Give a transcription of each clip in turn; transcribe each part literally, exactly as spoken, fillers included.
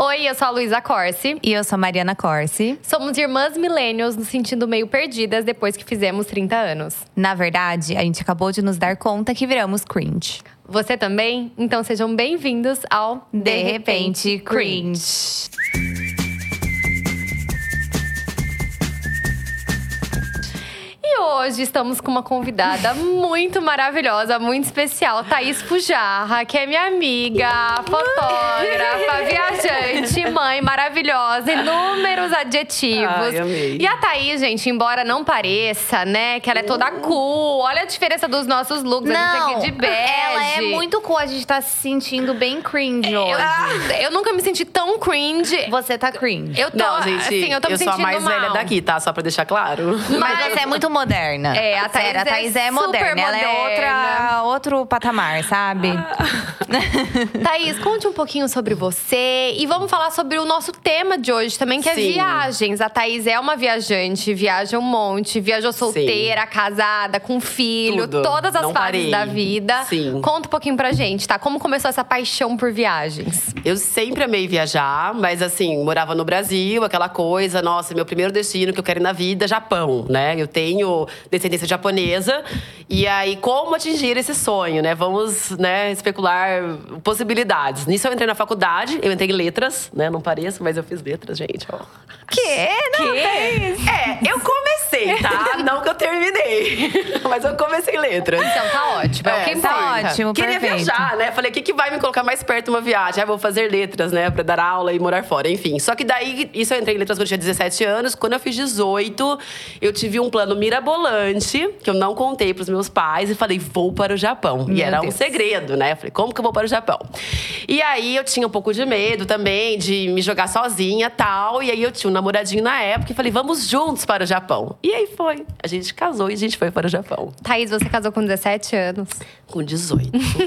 Oi, eu sou a Luísa Corsi. E eu sou a Mariana Corsi. Somos irmãs millennials nos sentindo meio perdidas depois que fizemos trinta anos. Na verdade, a gente acabou de nos dar conta que viramos cringe. Você também? Então sejam bem-vindos ao De Repente Cringe. E hoje estamos com uma convidada muito maravilhosa, muito especial, Thaís Fujarra, que é minha amiga, fotógrafa, viajante, mãe maravilhosa, inúmeros adjetivos. Ai, amei. E a Thaís, gente, embora não pareça, né, que ela é toda cool, olha a diferença dos nossos looks, a gente aqui de bege. Ela é muito cool, a gente tá se sentindo bem cringe hoje. Eu, eu nunca me senti tão cringe. Você tá cringe. Eu tô, Não, gente, assim, eu tô me eu sou a sentindo mais mal. velha daqui, tá? Só pra deixar claro. Mas você é muito moderna. É, a Thaís Sério, a Thaís é, é moderna. super Ela é outra, moderna. outro patamar, sabe? Thaís, conte um pouquinho sobre você. E vamos falar sobre o nosso tema de hoje também, que é Sim. viagens. A Thaís é uma viajante, viaja um monte. Viajou solteira, casada, com filho. Tudo. Todas as Não fases parei. da vida. Sim. Conta um pouquinho pra gente, tá? Como começou essa paixão por viagens? Eu sempre amei viajar, mas assim, morava no Brasil, aquela coisa, nossa, meu primeiro destino que eu quero ir na vida, Japão, né? Eu tenho descendência japonesa. E aí, como atingir esse sonho, né? Vamos, né, especular possibilidades. Nisso eu entrei na faculdade, eu entrei em letras, né? Não pareço, mas eu fiz letras, gente, ó. Que? Não, Thaís. É, eu comecei, tá? Não que eu terminei. Mas eu comecei letras. Então tá ótimo, é, o que É, importa. tá ótimo. Queria perfeito. viajar, né? Falei, o que, que vai me colocar mais perto de uma viagem? Ah, vou fazer letras, né? Pra dar aula e morar fora, enfim. Só que daí, isso eu entrei em letras quando eu tinha dezessete anos. Quando eu fiz dezoito, eu tive um plano mirabolante, que eu não contei pros meus pais. E falei, vou para o Japão. Meu e era Deus. um segredo, né? Eu falei, como que eu vou para o Japão? E aí, eu tinha um pouco de medo também, de me jogar sozinha e tal. E aí, eu tinha um namoradinho na época. E falei, vamos juntos para o Japão. E aí, foi. A gente casou e a gente foi para o Japão. Thaís, você casou com dezessete anos. Com dezoito.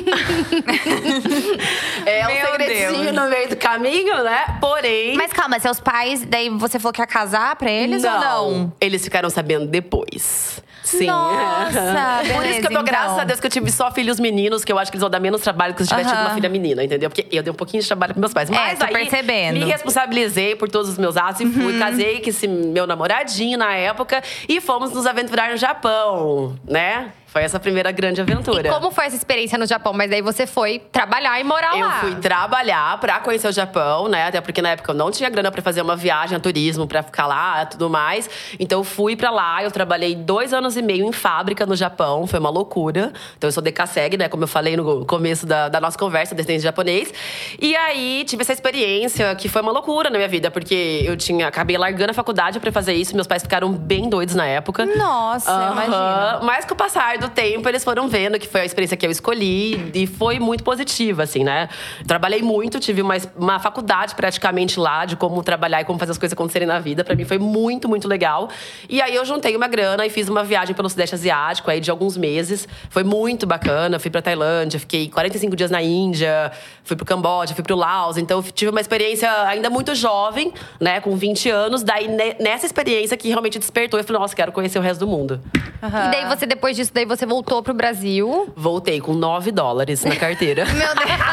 É um Meu segredinho Deus. no meio do caminho, né? Porém… Mas calma, seus pais, daí você falou que ia casar pra eles ou não? Eles ficaram sabendo depois. Sim. Nossa, Por isso que eu beleza, dou graças então. a Deus que eu tive só filhos meninos, que eu acho que eles vão dar menos trabalho que se eu tivesse tido Aham. uma filha menina, entendeu? Porque eu dei um pouquinho de trabalho pros meus pais. Mas tô aí, percebendo. me responsabilizei por todos os meus atos e fui. Casei com esse meu namoradinho na época e fomos nos aventurar no Japão, né? Foi essa primeira grande aventura. E como foi essa experiência no Japão? Mas daí você foi trabalhar e morar Eu lá. fui trabalhar pra conhecer o Japão, né? Até porque na época eu não tinha grana pra fazer uma viagem a turismo, pra ficar lá e tudo mais. Então eu fui pra lá, eu trabalhei dois anos e meio em fábrica no Japão, foi uma loucura. Então eu sou decassegue, né? Como eu falei no começo da, da nossa conversa, descendente japonês. E aí tive essa experiência que foi uma loucura na minha vida, porque eu tinha acabei largando a faculdade pra fazer isso. Meus pais ficaram bem doidos na época. Nossa, Aham. imagina. Mas com o passar do tempo, eles foram vendo que foi a experiência que eu escolhi. E foi muito positiva, assim, né? Trabalhei muito, tive uma, uma faculdade praticamente lá de como trabalhar e como fazer as coisas acontecerem na vida. Pra mim foi muito, muito legal. E aí eu juntei uma grana e fiz uma viagem pelo Sudeste Asiático aí de alguns meses. Foi muito bacana. Fui pra Tailândia, fiquei quarenta e cinco dias na Índia, fui pro Camboja, fui pro Laos. Então eu tive uma experiência ainda muito jovem, né? Com vinte anos. Daí ne- nessa experiência que realmente despertou, eu falei, nossa, quero conhecer o resto do mundo. E daí você, depois disso, daí você voltou pro Brasil. Voltei com nove dólares na carteira. Meu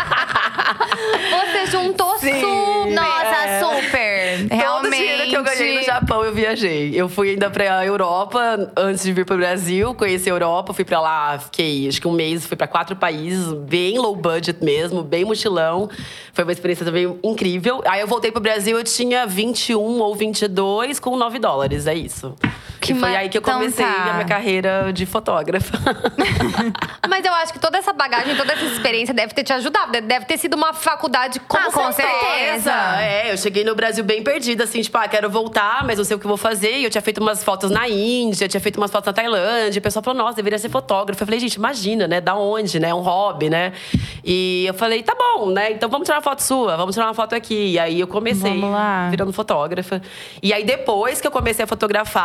Deus. Você juntou super. Nossa, super. Todo Realmente. dinheiro que eu ganhei no Japão, eu viajei. Eu fui ainda pra Europa, antes de vir pro Brasil. Conheci a Europa, fui pra lá, fiquei acho que um mês. Fui pra quatro países, bem low budget mesmo, bem mochilão. Foi uma experiência também incrível. Aí eu voltei pro Brasil, eu tinha vinte e um ou vinte e dois com nove dólares, é isso. Que e foi ma- aí que eu então comecei tá. a minha carreira de fotógrafa. Mas eu acho que toda essa bagagem, toda essa experiência deve ter te ajudado. Deve ter sido uma faculdade com, Ah, com certeza. certeza. É, eu cheguei no Brasil bem perdida, assim, tipo, ah, quero voltar, mas não sei o que eu vou fazer. E eu tinha feito umas fotos na Índia, tinha feito umas fotos na Tailândia. E o pessoal falou, nossa, deveria ser fotógrafa. Eu falei, gente, imagina, né? Da onde, né? É um hobby, né? E eu falei, tá bom, né? Então vamos tirar uma foto sua, vamos tirar uma foto aqui. E aí eu comecei Vamos lá. virando fotógrafa. E aí depois que eu comecei a fotografar, de verdade,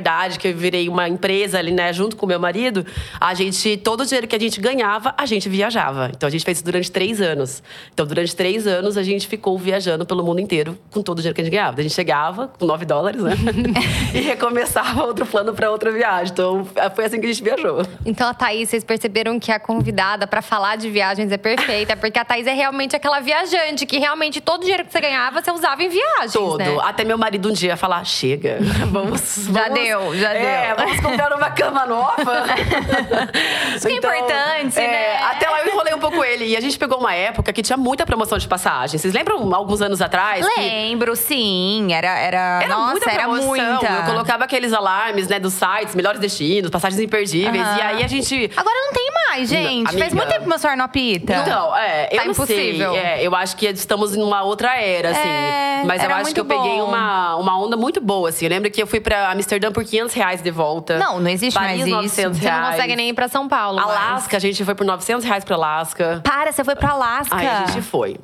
verdade, que eu virei uma empresa ali, né, junto com o meu marido, a gente, todo o dinheiro que a gente ganhava, a gente viajava. Então a gente fez isso durante três anos. Então durante três anos a gente ficou viajando pelo mundo inteiro com todo o dinheiro que a gente ganhava. A gente chegava com nove dólares, né? E recomeçava outro plano para outra viagem. Então foi assim que a gente viajou. Então a Thaís, vocês perceberam que a convidada pra falar de viagens é perfeita, porque a Thaís é realmente aquela viajante que realmente todo o dinheiro que você ganhava, você usava em viagens, Todo. né? Até meu marido um dia falar: chega, vamos. Já vamos, deu, já é, deu. Vamos comprar uma cama nova. Isso que é importante, é, né? Até lá eu enrolei um pouco ele. E a gente pegou uma época que tinha muita promoção de passagem. Vocês lembram alguns anos atrás? que Lembro, sim. Era, era, Era nossa, muita era promoção. muita. Eu colocava aqueles alarmes, né, dos sites, melhores destinos, passagens imperdíveis. Aham. E aí a gente. Agora não tem mais, gente. Não, Faz amiga. muito tempo que meu celular não apita. Então, é, eu Tá não impossível. sei. É, eu acho que estamos em uma outra era, assim. É, Mas eu era acho que eu muito peguei bom. uma, uma onda muito boa, assim. Eu lembro que eu fui pra Amsterdã por quinhentos reais de volta. Não, não existe Paris, mais isso. novecentos Você não reais. consegue nem ir pra São Paulo mais. Alasca, a gente foi por novecentos reais pra Alasca. Para, você foi pra Alasca. Aí a gente foi.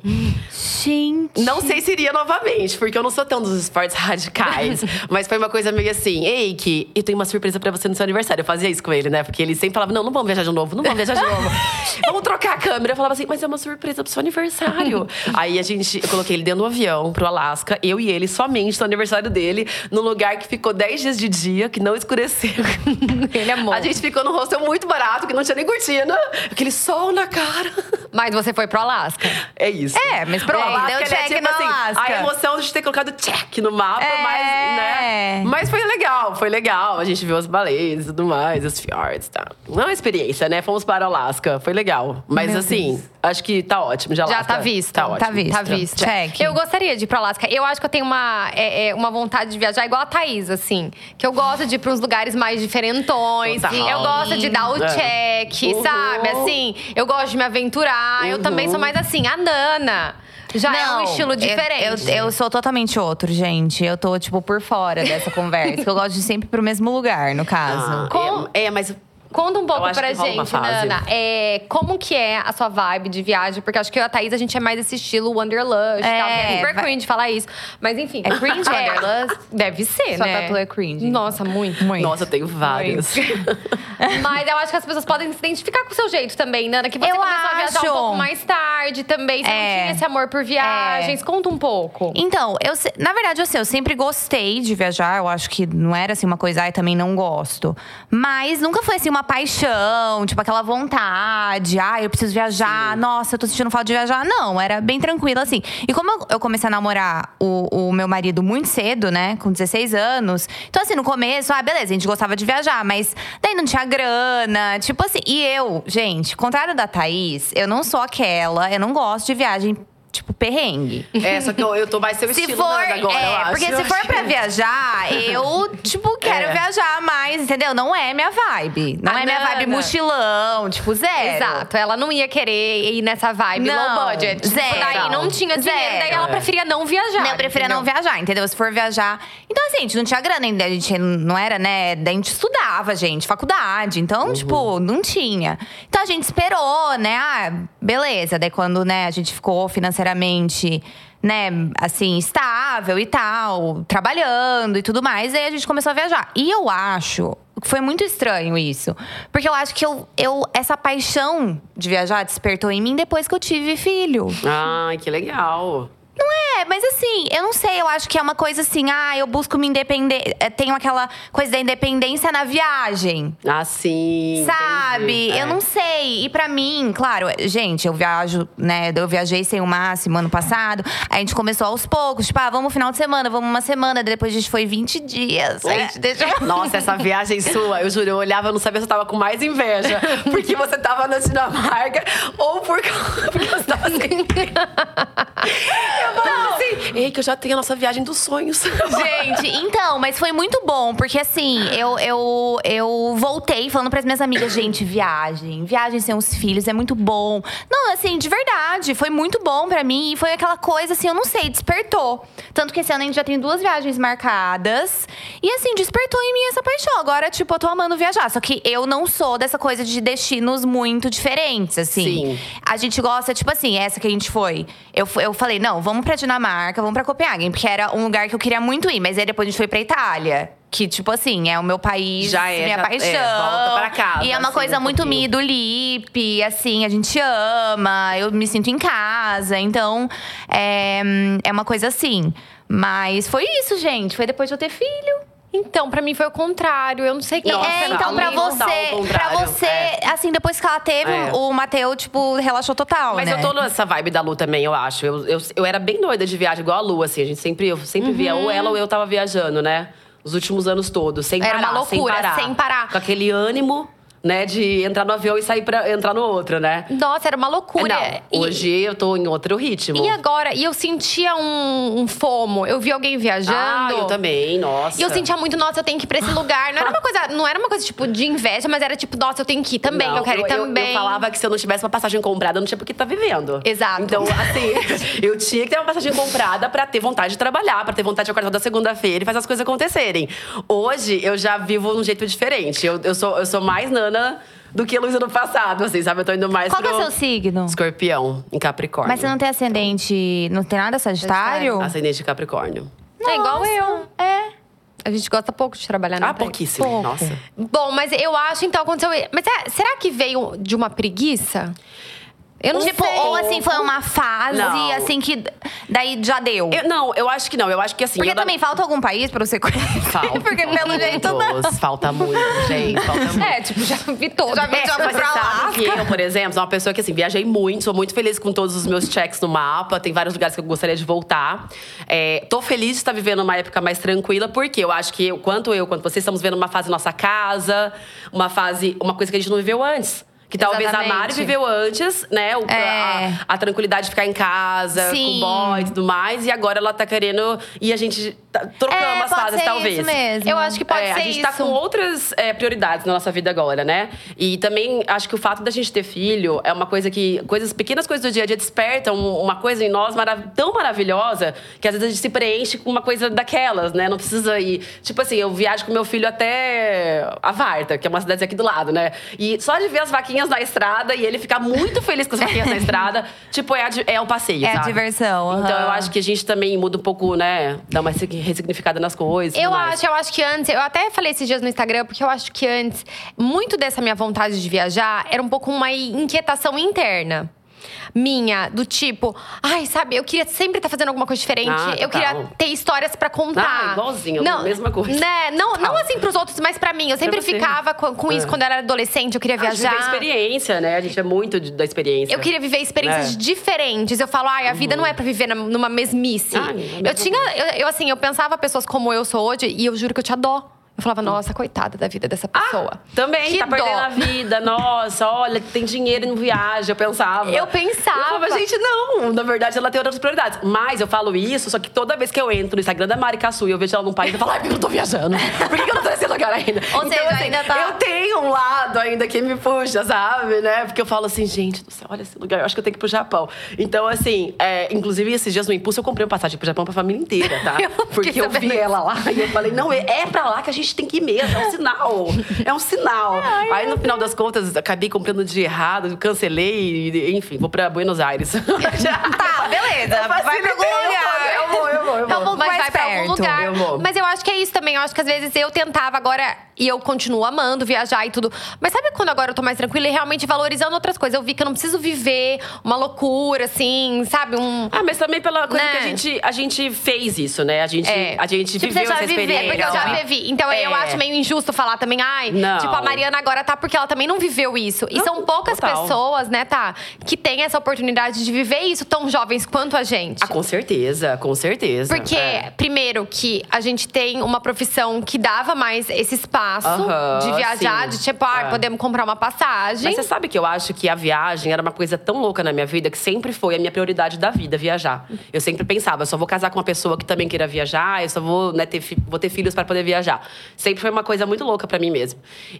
Gente. Não sei se iria novamente, porque eu não sou tão dos esportes radicais. Mas foi uma coisa meio assim: ei, que eu tenho uma surpresa pra você no seu aniversário. Eu fazia isso com ele, né? Porque ele sempre falava: não, não vamos viajar de novo, não vamos viajar de novo. Vamos trocar a câmera. Eu falava assim: mas é uma surpresa pro seu aniversário. Aí a gente, eu coloquei ele dentro do avião pro Alasca, eu e ele somente no aniversário dele, num lugar que ficou dez dias de dia, que não escureceu. Ele é bom. A gente ficou num hostel muito barato, que não tinha nem cortina, aquele sol na cara. Mas você foi pro Alasca. É isso. É, mas pronto, O Alasca, deu ele check tipo no assim, Alasca. a emoção de ter colocado check no mapa, É. mas, né? Mas foi legal, foi legal. A gente viu as baleias e tudo mais, os fjords, tá? Não é uma experiência, né? Fomos para o Alasca, foi legal. Mas Meu assim, Deus. acho que tá ótimo de Alasca. Já tá visto. Tá ótimo. Tá visto. Tá visto. Check. Eu gostaria de ir pro Alasca. Eu acho que eu tenho uma, é, é, uma vontade de viajar igual a Thaís, assim. Que eu gosto de ir pra uns lugares mais diferentões. Total. Eu gosto de dar o É. check, Uhum. sabe? Assim, eu gosto de me aventurar. Eu Uhum. também sou mais assim, a Nana. Já é um estilo eu- diferente. Eu, eu sou totalmente outro, gente. Eu tô, tipo, por fora dessa conversa. Que eu gosto de ir sempre pro mesmo lugar, no caso. Ah, Com- é, é, mas Conta um pouco Eu acho pra que rola uma gente, fase. Nana. É, como que é a sua vibe de viagem? Porque acho que eu e a Thaís, a gente é mais esse estilo Wanderlust e É, tal. que É super vai- cringe falar isso. Mas enfim. É cringe, Wanderlust? Deve ser, Sua né? tatu é cringe. Nossa, muito. Muito. nossa, eu tenho várias. Mas eu acho que as pessoas podem se identificar com o seu jeito também, Nana. Que você Eu começou a viajar um acho. pouco mais tarde também. Você É. não tinha esse amor por viagens. Conta um pouco. Então, eu, se- na verdade, assim, eu sempre gostei de viajar. Eu acho que não era assim uma coisa, ai, também não gosto. Mas nunca foi assim uma paixão, tipo aquela vontade, ai, eu preciso viajar, nossa, eu tô sentindo falta de viajar. Não, era bem tranquilo, assim. E como eu, eu comecei a namorar o, o meu marido muito cedo, né, com dezesseis anos. Então, assim, no começo, ah, beleza, a gente gostava de viajar, mas daí não tinha grana, tipo assim. E eu, gente, contrário da Thaís, eu não sou aquela, eu não gosto de viagem. Tipo, perrengue. É, só que eu, eu tô mais seu Se estilo for, Nana, agora, é, eu acho. porque se Eu for acho pra que- viajar, eu, tipo, quero É. viajar mais, entendeu? Não é minha vibe. Não A é minha Nana. vibe mochilão, tipo, zero. Exato. Ela não ia querer ir nessa vibe Não, low budget. Tipo, zero. daí não tinha dinheiro, Zero. daí ela É. preferia não viajar. Não, eu preferia não entendeu? viajar, entendeu? Se for viajar. Então, assim, a gente não tinha grana ainda. A gente não era, né? Daí a gente estudava, gente, faculdade. Então, tipo, não tinha. Então a gente esperou, né? Ah, beleza. Daí quando, né, a gente ficou financeiramente, né, assim, estável e tal, trabalhando e tudo mais, aí a gente começou a viajar. E eu acho que foi muito estranho isso. Porque eu acho que eu, eu essa paixão de viajar despertou em mim depois que eu tive filho. Ai, que legal. É, mas assim, eu não sei, eu acho que é uma coisa assim, ah, eu busco me independer. é, Tenho aquela coisa da independência na viagem. Ah, sim. Sabe? entendi. É. Eu não sei. E pra mim, claro, gente, eu viajo, né? Eu viajei sem o máximo ano passado. Aí a gente começou aos poucos, tipo, ah, vamos final de semana, vamos uma semana. Depois a gente foi vinte dias. Aí a gente deixou. Nossa, essa viagem sua, eu juro, eu olhava, eu não sabia se eu tava com mais inveja. Porque você tava na Dinamarca ou por causa- porque você tava assim. Eu falava assim, ei, que eu já tenho a nossa viagem dos sonhos. Gente, então, mas foi muito bom, porque assim, eu, eu, eu voltei falando pras minhas amigas, gente, viagem, viagem sem os filhos é muito bom. Não, assim, de verdade, foi muito bom pra mim. E foi aquela coisa, assim, eu não sei, despertou. Tanto que esse ano a gente já tem duas viagens marcadas. E assim, despertou em mim essa paixão. Agora, tipo, eu tô amando viajar. Só que eu não sou dessa coisa de destinos muito diferentes, assim. Sim. A gente gosta, tipo assim, essa que a gente foi. Eu, fu- eu falei, não, vamos pra Dinamarca. Dinamarca, vamos pra Copenhague. Porque era um lugar que eu queria muito ir. Mas aí depois a gente foi pra Itália. Que, tipo assim, é o meu país, Já é, minha já- paixão. é, volta pra casa, E é uma assim, coisa um muito pouquinho. minha do Lipe, assim, a gente ama, eu me sinto em casa. Então, é, é uma coisa assim. Mas foi isso, gente. Foi depois de eu ter filho. Então, pra mim foi o contrário. Eu não sei o que Nossa, é, então pra ali não dá você, ao pra contrário. você, É. assim, depois que ela teve, É. o Matheus, tipo, relaxou total, Mas né? eu tô nessa vibe da Lu também, eu acho. Eu, eu, eu era bem doida de viagem, igual a Lu, assim. A gente sempre, eu sempre via ou ela ou eu tava viajando, né? Os últimos anos todos, sem Era parar, uma loucura, sem parar. sem parar. Com aquele ânimo, né, de entrar no avião e sair pra entrar no outro, né? Nossa, era uma loucura. Não, E- hoje eu tô em outro ritmo. E agora? E eu sentia um, um fomo. Eu vi alguém viajando. Ah, eu também, nossa. E eu sentia muito, nossa, eu tenho que ir pra esse lugar. Não era uma coisa, não era uma coisa tipo de inveja, mas era tipo, nossa, eu tenho que ir também, Não, eu quero ir eu, também. Eu falava que se eu não tivesse uma passagem comprada, eu não tinha por que estar vivendo. Exato. Então, assim, eu tinha que ter uma passagem comprada pra ter vontade de trabalhar, pra ter vontade de acordar toda segunda-feira e fazer as coisas acontecerem. Hoje, eu já vivo de um jeito diferente. Eu, eu, sou, eu sou mais Nana do que a Luísa no passado, assim, sabe? Eu tô indo mais Qual que pro é o seu signo? Escorpião, em Capricórnio. Mas você não tem ascendente, não tem nada Sagitário? Ascendente de Capricórnio. É igual Nossa. eu. É. A gente gosta pouco de trabalhar na Ah, pouquíssimo. pouco. Nossa. Bom, mas eu acho, então, aconteceu. Mas é- será que veio de uma preguiça? Eu não Tipo, sei. ou assim, foi uma fase, Não. assim, que daí já deu. Eu- não, eu acho que não. Eu acho que assim. Porque eu não- também falta algum país pra você conhecer. Falta. Porque pelo jeito não. Muitos, Falta muito, gente. Falta muito. É, tipo, já vi todo. Já vi- É, já Mas fui você pra sabe Alasca. que eu, por exemplo, sou uma pessoa que, assim, viajei muito. Sou muito feliz com todos os meus checks no mapa. Tem vários lugares que eu gostaria de voltar. É, tô feliz de estar vivendo uma época mais tranquila. Porque eu acho que, eu, quanto eu, quanto vocês, estamos vivendo uma fase nossa casa. Uma fase… Uma coisa que a gente não viveu antes. Que talvez a Mari Exatamente. viveu antes, né? O- É. a, a tranquilidade de ficar em casa, Sim. com boy e tudo mais. E agora ela tá querendo… E a gente tá trocando É, as pode fases, ser talvez. isso mesmo. Eu acho que pode É, ser a gente isso. tá com outras é, prioridades na nossa vida agora, né? E também acho que o fato da gente ter filho é uma coisa que… Coisas, pequenas coisas do dia a dia despertam uma coisa em nós marav- tão maravilhosa que às vezes a gente se preenche com uma coisa daquelas, né? Não precisa ir… Tipo assim, eu viajo com meu filho até a Varta, que é uma cidade aqui do lado, né? E só de ver as vaquinhas na estrada e ele ficar muito feliz com as vaquinhas na estrada, tipo, é, a di- é um passeio, É a sabe? diversão, Então aham. eu acho que a gente também muda um pouco, né? Dá uma ressignificada nas coisas. e Eu tudo mais. acho, eu acho que antes, eu até falei esses dias no Instagram, porque eu acho que antes, muito dessa minha vontade de viajar era um pouco uma inquietação interna. Minha, do tipo, ai, sabe, eu queria sempre estar fazendo alguma coisa diferente. Ah, eu queria total. ter histórias pra contar. Ah, igualzinho, a mesma coisa. Né? Não, não assim pros outros, mas pra mim. Eu sempre você. ficava com, com isso É. quando eu era adolescente, eu queria A gente viajar. vive a experiência, né? A gente é muito de- da experiência. Eu queria viver experiências É. diferentes. Eu falo, ai, a vida não é pra viver na- numa mesmice. Ah, é a mesma eu tinha, eu, eu, assim, eu pensava pessoas como eu sou hoje e eu juro que eu tinha dó. Eu falava, nossa, coitada da vida dessa pessoa. Também, que tá perdendo dó. a vida. Nossa, olha, tem dinheiro e não viaja. Eu pensava. Eu pensava. Eu falava, gente, não. Na verdade, ela tem outras prioridades. Mas eu falo isso, só que toda vez que eu entro no Instagram da Mari Caçu e eu vejo ela num país, eu falo, ai, por que eu não tô viajando? Por que eu não tô nesse lugar ainda? Ou seja, ainda tá- Eu tenho um lado ainda que me puxa, sabe? Né? Porque eu falo assim, gente do céu, olha esse lugar, eu acho que eu tenho que ir pro Japão. Então, assim, é, inclusive, esses dias no Impulso, eu comprei uma passagem pro Japão pra família inteira, tá? Eu fiquei Porque eu vi sabendo ela lá e eu falei, não, é é pra lá que a gente tem que ir mesmo. É um sinal. É um sinal. Aí, no final das contas, acabei comprando de errado, cancelei, e, enfim, vou pra Buenos Aires. Tá, beleza. Eu Vai pra algum facilitei, lugar. Eu vou, eu vou, eu vou. Tá um pouco Mas mais vai pra algum perto. lugar. Eu vou. Mas eu acho que é isso também. Eu acho que às vezes eu tentava agora, e eu continuo amando viajar e tudo. Mas sabe quando agora eu tô mais tranquila e realmente valorizando outras coisas? Eu vi que eu não preciso viver uma loucura, assim, sabe? Um. Ah, mas também pela coisa Né? que a gente, a gente fez isso, né? A gente, É. a gente Tipo, viveu você já essa viveu, experiência. Porque eu já Legal. vivi. Então eu É. acho meio injusto falar também, ai, Não. tipo, a Mariana agora tá porque ela também não viveu isso. E Não, são poucas total. pessoas, né, tá? Que têm essa oportunidade de viver isso tão jovens quanto a gente. Ah, com certeza, com certeza. Porque, É. primeiro, que a gente tem uma profissão que dava mais esse espaço Aham, de viajar, sim. de tipo, ah, É. podemos comprar uma passagem. Mas você sabe que eu acho que a viagem era uma coisa tão louca na minha vida que sempre foi a minha prioridade da vida, viajar. Eu sempre pensava, eu só vou casar com uma pessoa que também queira viajar, eu só vou, né, ter, fi- vou ter filhos para poder viajar. Sempre foi uma coisa muito louca para mim mesmo.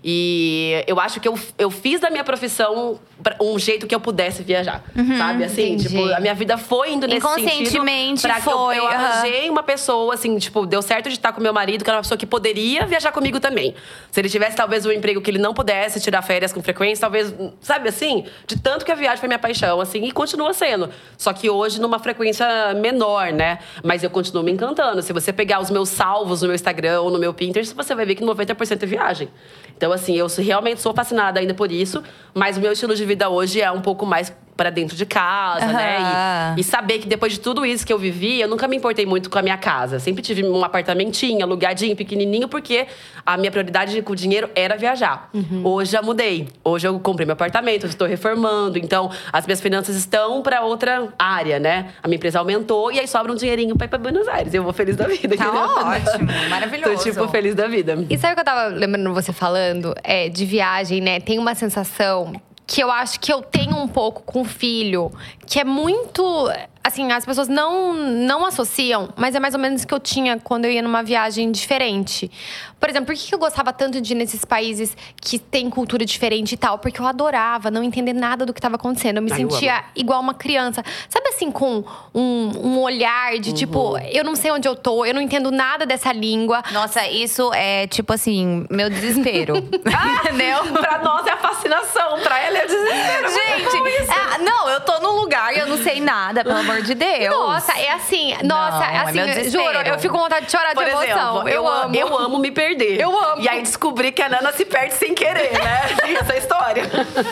E eu acho que eu, eu fiz da minha profissão pra- um jeito que eu pudesse viajar, sabe? Assim, entendi. tipo, a minha vida foi indo nesse sentido. Inconscientemente pra que eu- foi, Eu, aham. arranjei uma pessoa, assim, tipo, deu certo de estar com meu marido, que era uma pessoa que poderia viajar comigo também. Se ele tivesse, talvez, um emprego que ele não pudesse tirar férias com frequência, talvez, sabe assim? De tanto que a viagem foi minha paixão, assim, e continua sendo. Só que hoje, numa frequência menor, né? Mas eu continuo me encantando. Se você pegar os meus salvos no meu Instagram ou no meu Pinterest, você vai ver que noventa por cento é viagem. Então, assim, eu realmente sou fascinada ainda por isso, mas o meu estilo de vida hoje é um pouco mais para dentro de casa, uhum. né? E, e saber que depois de tudo isso que eu vivi, eu nunca me importei muito com a minha casa. Sempre tive um apartamentinho, alugadinho, pequenininho, porque a minha prioridade com o dinheiro era viajar. Uhum. Hoje já mudei. Hoje eu comprei meu apartamento, estou reformando. Então, as minhas finanças estão para outra área, né? A minha empresa aumentou e aí sobra um dinheirinho para ir para Buenos Aires. Eu vou feliz da vida. Tá entendeu? ótimo, maravilhoso. Tô, tipo, feliz da vida. E sabe o que eu tava lembrando você falando? É, de viagem, né? Tem uma sensação que eu acho que eu tenho um pouco com o filho, que é muito… Assim, as pessoas não, não associam, mas é mais ou menos o que eu tinha quando eu ia numa viagem diferente. Por exemplo, por que eu gostava tanto de ir nesses países que tem cultura diferente e tal? Porque eu adorava não entender nada do que estava acontecendo. Eu me Ai, sentia eu igual uma criança. Sabe assim, com um, um olhar de uhum. tipo… Eu não sei onde eu tô, eu não entendo nada dessa língua. Nossa, isso é tipo assim, meu desespero. Entendeu? Pra nós é a fascinação, pra ela é o desespero. Gente, é, não, eu tô num lugar e eu não sei nada, pelo amor de Deus. Nossa, é assim, nossa, não, é assim, é juro, eu fico com vontade de chorar Por de emoção. Exemplo, eu, eu amo. Eu amo me perder. Eu amo. E aí descobri que a Nana se perde sem querer, né? Tem essa história.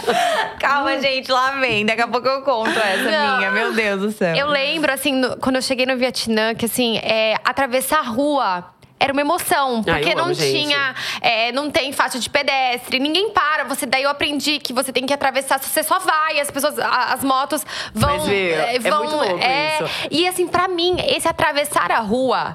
Calma, gente, lá vem. Daqui a pouco eu conto essa não. minha. Meu Deus do céu. Eu lembro, assim, no, quando eu cheguei no Vietnã, que assim, é, atravessar a rua era uma emoção, porque ah, não amo, tinha, é, não tem faixa de pedestre, ninguém para. Você, daí eu aprendi que você tem que atravessar, você só vai, as pessoas, as motos vão. Mas, viu, é, vão, é muito louco é, isso. E assim, pra mim, esse atravessar a rua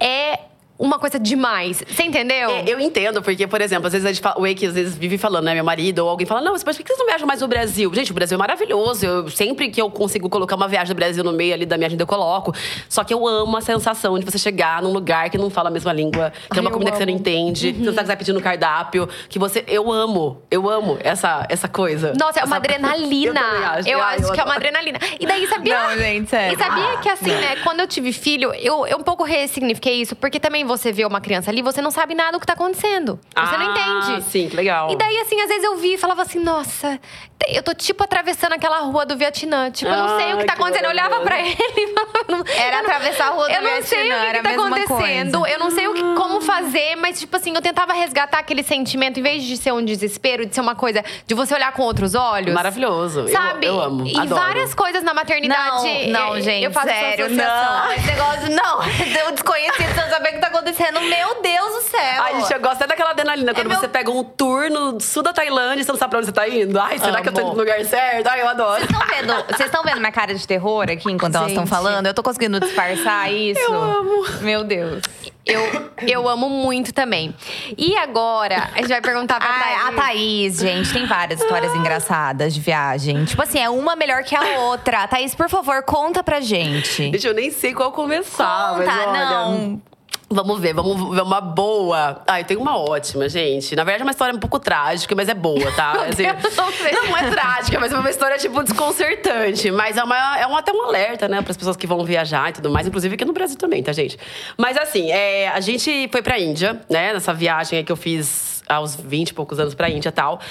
é uma coisa demais. Você entendeu? É, eu entendo, porque, por exemplo, às vezes a gente fala, o Wake às vezes vive falando, né? Meu marido ou alguém fala, não, mas por que vocês não viajam mais no Brasil? Gente, o Brasil é maravilhoso. Eu, sempre que eu consigo colocar uma viagem do Brasil no meio ali da minha agenda, eu coloco. Só que eu amo a sensação de você chegar num lugar que não fala a mesma língua, que Ai, é uma comida amo. que você não entende, uhum. que você tá pedindo cardápio, que você. Eu amo, eu amo essa, essa coisa. Nossa, é uma essa... adrenalina. eu acho, eu ah, acho eu que é uma adrenalina. E daí, sabia? Não, gente, sério. E sabia que assim, né, quando eu tive filho, eu, eu um pouco ressignifiquei isso, porque também você vê uma criança ali, você não sabe nada do que tá acontecendo. Você ah, não entende. Sim, que legal. E daí, assim, às vezes eu vi e falava assim, nossa, eu tô tipo atravessando aquela rua do Vietnã. Tipo, eu não sei ah, o que tá que acontecendo. Eu olhava pra ele e falava… Era atravessar a rua do eu Vietnã, não sei o que, que tá acontecendo. Coisa. Eu não sei o que, como fazer, mas tipo assim, eu tentava resgatar aquele sentimento, em vez de ser um desespero, de ser uma coisa de você olhar com outros olhos. Maravilhoso. Sabe? Eu, eu amo. E adoro. várias coisas na maternidade. Não, não, gente, eu faço sério, não. Esse negócio, não. Eu desconhecido sem saber o que tá acontecendo. Meu Deus do céu. Ai, gente, eu gosto até daquela adrenalina. É quando meu... você pega um tour no sul da Tailândia e você não sabe pra onde você tá indo. Ai, será Amo. que eu tô indo no lugar certo? Ai, eu adoro. Vocês estão vendo, vocês estão vendo minha cara de terror aqui enquanto gente. elas estão falando? Eu tô conseguindo disfarçar isso. Eu amo. Meu Deus. Eu, eu amo muito também. E agora, a gente vai perguntar pra Thaís. A Thaís, gente, tem várias histórias engraçadas de viagem. Tipo assim, é uma melhor que a outra. Thaís, por favor, conta pra gente. Gente, eu nem sei qual começar. Conta, mas olha, não… Vamos ver, vamos ver uma boa. Ai, tem uma ótima, gente. Na verdade, é uma história um pouco trágica, mas é boa, tá? Assim, não, não é trágica, mas é uma história, tipo, desconcertante. Mas é, uma, é um, até um alerta, né, para as pessoas que vão viajar e tudo mais. Inclusive aqui no Brasil também, tá, gente? Mas assim, é, a gente foi pra Índia, né? Nessa viagem aí que eu fiz aos vinte e poucos anos pra Índia e tal.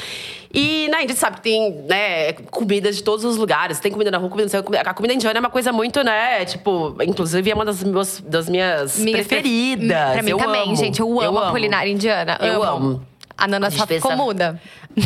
E na Índia, sabe, que tem, né, comidas de todos os lugares. Tem comida na rua, comida no céu. A comida indiana é uma coisa muito, né, tipo… Inclusive, é uma das, meus, das minhas, minhas preferidas. Pra mim eu também, amo. gente. Eu amo eu a amo. culinária indiana. Eu amo. amo. A Nana só ficou muda.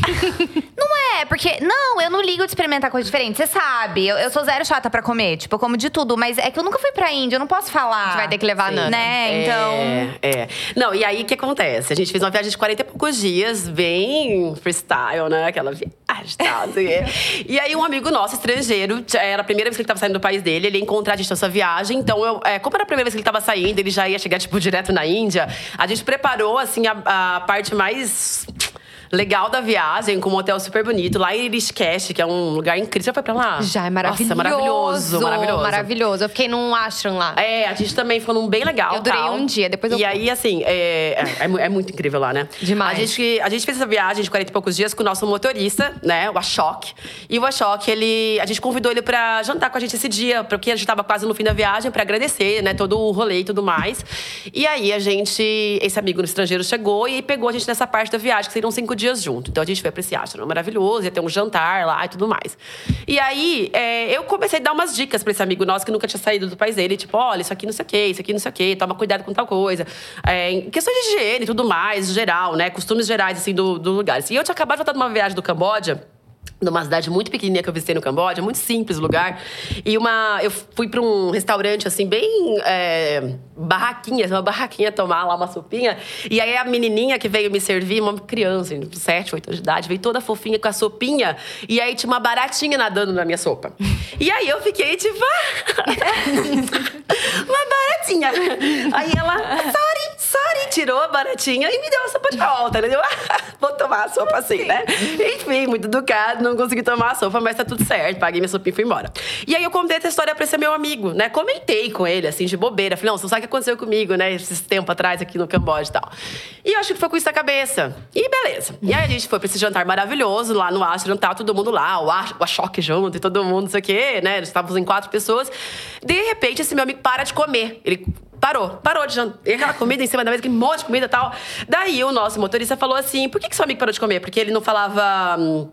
Não é, porque… Não, eu não ligo de experimentar coisa diferente. Você sabe, eu, eu sou zero chata pra comer. Tipo, eu como de tudo. Mas é que eu nunca fui pra Índia, eu não posso falar. A gente vai ter que levar Sim. a Nana. Né, então… É, é. Não, e aí, o que acontece? A gente fez uma viagem de quarenta e poucos dias, bem freestyle, né? Aquela viagem e tal, assim. E aí, um amigo nosso, estrangeiro, era a primeira vez que ele tava saindo do país dele. Ele ia encontrar a gente nessa viagem. Então, eu, é, como era a primeira vez que ele tava saindo, ele já ia chegar, tipo, direto na Índia. A gente preparou, assim, a, a parte mais… legal da viagem, com um hotel super bonito, lá em Irishkesh, que é um lugar incrível. Você já foi pra lá? Já, é maravilhoso. Nossa, maravilhoso, maravilhoso. Maravilhoso. Eu fiquei num ashram lá. É, a gente também ficou num bem legal. Eu durei tal. um dia, depois eu E aí, assim, é, é, é muito incrível lá, né? Demais. A gente, a gente fez essa viagem de quarenta e poucos dias com o nosso motorista, né? O Ashok. E o Ashok, ele, a gente convidou ele pra jantar com a gente esse dia, porque a gente tava quase no fim da viagem, pra agradecer, né? Todo o rolê e tudo mais. E aí, a gente, esse amigo no estrangeiro chegou e pegou a gente nessa parte da viagem, que seriam cinco dias juntos. Então, a gente foi pra esse ashram maravilhoso, ia ter um jantar lá e tudo mais. E aí, é, eu comecei a dar umas dicas pra esse amigo nosso que nunca tinha saído do país dele. Tipo, olha, isso aqui não sei o quê, isso aqui não sei o quê, toma cuidado com tal coisa. É, em questões de higiene e tudo mais, geral, né? Costumes gerais, assim, do, do lugar. E eu tinha acabado de voltar de uma viagem do Camboja, numa cidade muito pequenininha que eu visitei no Camboja, muito simples o lugar. E uma, eu fui pra um restaurante, assim, bem é, barraquinha, uma barraquinha tomar lá uma sopinha. E aí a menininha que veio me servir, uma criança, sete, oito anos de idade, veio toda fofinha com a sopinha. E aí tinha uma baratinha nadando na minha sopa. E aí eu fiquei tipo… uma baratinha. Aí ela, sorry, sorry, tirou a baratinha e me deu a sopa de volta, entendeu? Vou tomar a sopa assim, né? Enfim, muito educado, não consegui tomar a sopa, mas tá tudo certo. Paguei minha sopinha e fui embora. E aí eu contei essa história pra esse meu amigo, né? Comentei com ele, assim, de bobeira. Falei, não, você não sabe o que aconteceu comigo, né? Esses tempos atrás aqui no Camboja e tal. E eu acho que foi com isso na cabeça. E beleza. E aí a gente foi pra esse jantar maravilhoso lá no ashram, tá todo mundo lá, o Ashok junto e todo mundo, não sei o quê, né? Estávamos em quatro pessoas. De repente, esse meu amigo para de comer. Ele parou, parou de jantar. E aquela comida em cima da mesa, aquele monte de comida e tal. Daí o nosso motorista falou assim, por que, que seu amigo parou de comer? Porque ele não falava… Hum,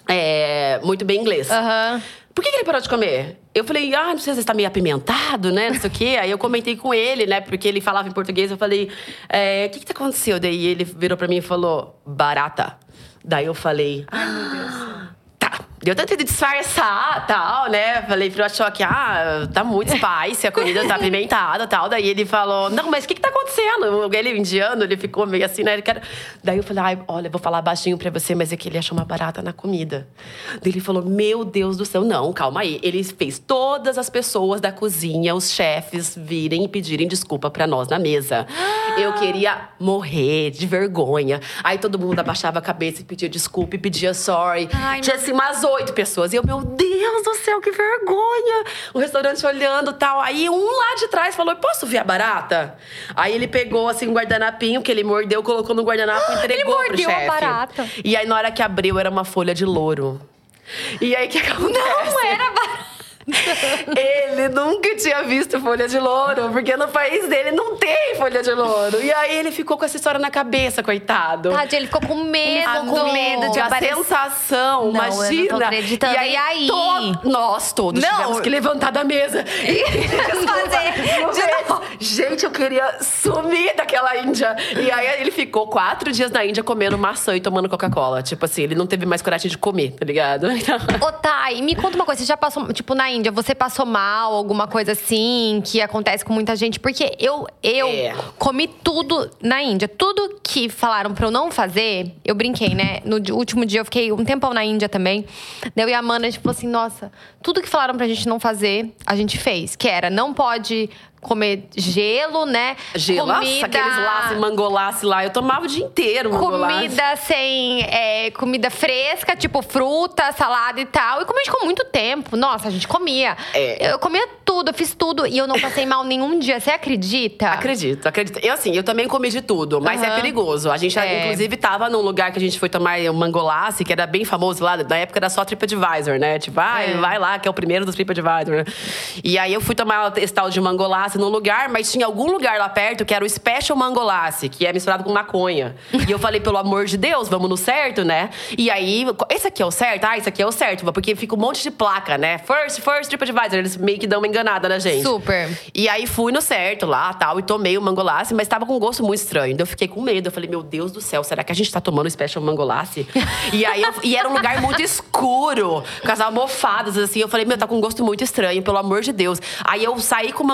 É, muito bem inglês. Uhum. Por que, que ele parou de comer? Eu falei, ah, não sei se você tá meio apimentado, né? Não sei o quê. Aí eu comentei com ele, né? Porque ele falava em português. Eu falei, é, o que que tá acontecendo? Daí ele virou pra mim e falou, barata. Daí eu falei, ai, meu Deus. Tá. Eu tentei disfarçar, tal, né? Falei pro Ashok, ah, tá muito spicy, a comida tá apimentada, tal. Daí ele falou, não, mas o que que tá acontecendo? Ele, indiano, ele ficou meio assim, né? Ele quer… Daí eu falei, ai, olha, vou falar baixinho pra você, mas é que ele achou uma barata na comida. Daí ele falou, meu Deus do céu, não, calma aí. Ele fez todas as pessoas da cozinha, os chefes, virem e pedirem desculpa pra nós na mesa. Eu queria morrer de vergonha. Aí todo mundo abaixava a cabeça e pedia desculpa e pedia sorry. Ai, Tinha assim umas oito pessoas. E eu, meu Deus do céu, que vergonha! O restaurante olhando e tal. Aí um lá de trás falou, posso ver a barata? Aí ele pegou assim um guardanapinho que ele mordeu, colocou no guardanapo e entregou ele pro chefe. mordeu a barata. E aí na hora que abriu era uma folha de louro. E aí o que acontece? Não era barata. Ele nunca tinha visto folha de louro, porque no país dele não tem folha de louro. E aí ele ficou com essa história na cabeça, coitado. Tadinho, ele ficou com medo. Ele ficou com medo de a aparecer. sensação, Não, imagina. eu não tô acreditando. E aí, E aí? to- nós todos Não. tivemos que levantar da mesa. Desfazer. Gente, eu queria sumir daquela Índia. E aí ele ficou quatro dias na Índia comendo maçã e tomando Coca-Cola. Tipo assim, ele não teve mais coragem de comer, tá ligado? Então… Ô, Thay, me conta uma coisa. Você já passou, tipo, na Índia, você passou mal, alguma coisa assim, que acontece com muita gente? Porque eu, eu É. comi tudo na Índia. Tudo que falaram pra eu não fazer, eu brinquei, né? No di- último dia, eu fiquei um tempão na Índia também. Daí eu e a Amanda, a gente falou assim, nossa… Tudo que falaram pra gente não fazer, a gente fez. Que era, não pode… comer gelo, né? Gelo, nossa, aqueles laços, mangolace lá. Eu tomava o dia inteiro mangolace. Comida sem… É, comida fresca, tipo fruta, salada e tal. E comia com muito tempo. Nossa, a gente comia. É. Eu comia tudo, eu fiz tudo. E eu não passei mal nenhum dia. Você acredita? Acredito, acredito. Eu, assim, eu também comi de tudo, mas Aham. é perigoso. A gente, É. inclusive, tava num lugar que a gente foi tomar o mangolace, que era bem famoso lá. Na época era só TripAdvisor, né? Tipo, ah, É. vai lá, que é o primeiro dos TripAdvisor, né? E aí eu fui tomar esse tal de mangolace num lugar, mas tinha algum lugar lá perto que era o Special Mangolace, que é misturado com maconha. E eu falei, pelo amor de Deus, vamos no certo, né? E aí, esse aqui é o certo? Ah, esse aqui é o certo. Porque fica um monte de placa, né? First, first TripAdvisor. Eles meio que dão uma enganada na gente. Super. E aí fui no certo lá, tal, e tomei o mangolace, mas tava com um gosto muito estranho. Então eu fiquei com medo. Eu falei, meu Deus do céu, será que a gente tá tomando o Special Mangolace? e aí eu, e era um lugar muito escuro, com as almofadas, assim. Eu falei, meu, tá com um gosto muito estranho, pelo amor de Deus. Aí eu saí com o mangolace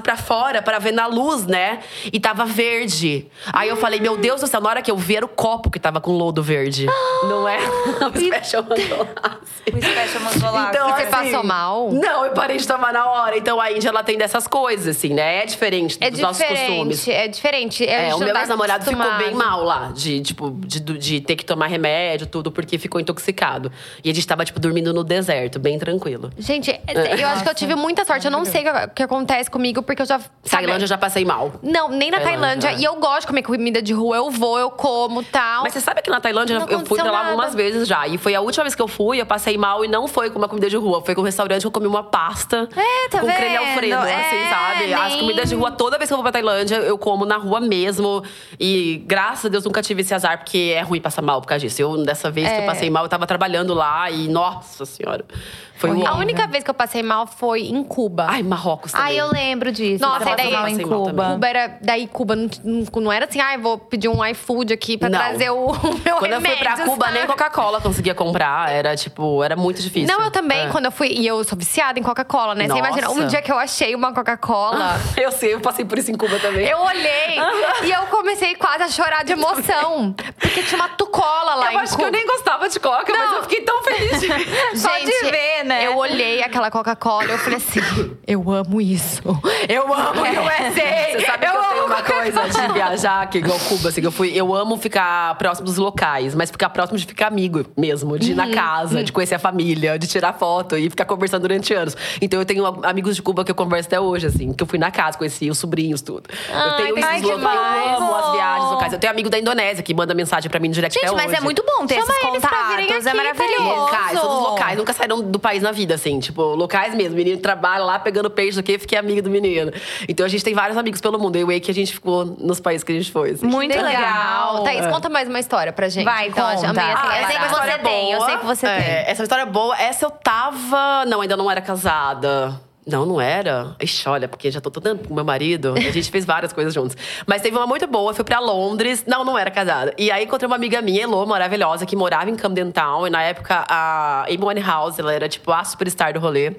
pra fora pra ver na luz, né? E tava verde. Aí eu falei, meu Deus do céu, na hora que eu vi, era o copo que tava com lodo verde. Não é? O Special mandou lá. O Special mandou lá. Então, E você assim, passou mal? Não, eu parei de tomar na hora. Então a Índia, ela tem dessas coisas, assim, né? É diferente É dos nossos costumes. diferente, é diferente. A É, gente o não meu tá ex-namorado ficou acostumado. bem mal lá, de, tipo, de, de ter que tomar remédio, tudo, porque ficou intoxicado. E a gente tava, tipo, dormindo no deserto, bem tranquilo. Gente, eu acho que eu tive muita sorte. Eu não sei o que- o que acontece comigo, porque eu já… sabe- Tailândia eu já passei mal. Não, nem na Tailândia, Tailândia. é. E eu gosto de comer comida de rua. Eu vou, eu como, tal. Mas você sabe que na Tailândia Não eu fui aconteceu pra lá nada. algumas vezes já. E foi a última vez que eu fui, eu passei mal e não foi com uma comida de rua. Foi com um restaurante que eu comi uma pasta É, tá com creme vendo? Alfredo, É, assim, sabe? As nem- comidas de rua, toda vez que eu vou pra Tailândia, eu como na rua mesmo. E graças a Deus nunca tive esse azar, porque é ruim passar mal por causa disso. Eu, dessa vez que eu É. passei mal, eu tava trabalhando lá e, nossa senhora, foi um A única vez que eu passei mal foi em Cuba. Ai, Marrocos também. Ai, eu lembro disso. Nossa, Você e daí- passou mal em Passei mal Cuba. também. Cuba era… Daí Cuba não, não, não era assim… Ah, eu vou pedir um iFood aqui pra Não. trazer o, o meu Quando eu remédio, fui pra Cuba, sabe? nem Coca-Cola conseguia comprar. Era, tipo, era muito difícil. Não, eu também, É. quando eu fui… E eu sou viciada em Coca-Cola, né? Você imagina, um Nossa. dia que eu achei uma Coca-Cola… Eu sei, eu passei por isso em Cuba também. Eu olhei e eu comecei quase a chorar de emoção. Porque tinha uma tucola lá Eu em acho que eu Cuba. nem gostava de Coca, mas Não. eu fiquei tão feliz de Só de Gente, ver, né? Eu olhei aquela Coca-Cola e eu falei assim: eu amo isso. Eu amo É. U S A. Você sabe que eu tenho uma coisa de viajar, que igual Cuba, assim, que eu fui. Eu amo ficar próximo dos locais, mas ficar próximo de ficar amigo mesmo, de ir na casa, de conhecer a família, de tirar foto e ficar conversando durante anos. Então eu tenho amigos de Cuba que eu converso até hoje, assim, que eu fui na casa, conheci os sobrinhos, tudo. eu tenho ai, esses que locais, eu demais. amo as viagens locais. Eu tenho amigo da Indonésia que manda mensagem pra mim no direct Gente, até mas hoje. é muito bom ter Chama esses eles pra virem contatos. É aqui, maravilhoso. Locais, todos locais, nunca saíram do país na vida, assim. Tipo, locais mesmo. O menino trabalha lá pegando peixe aqui, fiquei amigo do menino. Então a gente tem vários amigos pelo mundo. Eu e que a gente ficou nos países que a gente foi. Assim. Muito Legal. legal. Thaís, conta mais uma história pra gente. Vai, então, conta. amei essa Ah, eu sei parada. que você história tem, eu sei que você É, tem. Essa história é boa. Essa eu tava… Não, ainda não era casada. Não, não era. Ixi, olha, porque já tô toda com meu marido. A gente fez várias coisas juntos. Mas teve uma muito boa. Fui pra Londres. Não, não era casada. E aí encontrei uma amiga minha, Elô, maravilhosa, que morava em Camden Town. E na época, a Amy Winehouse, ela era tipo a superstar do rolê.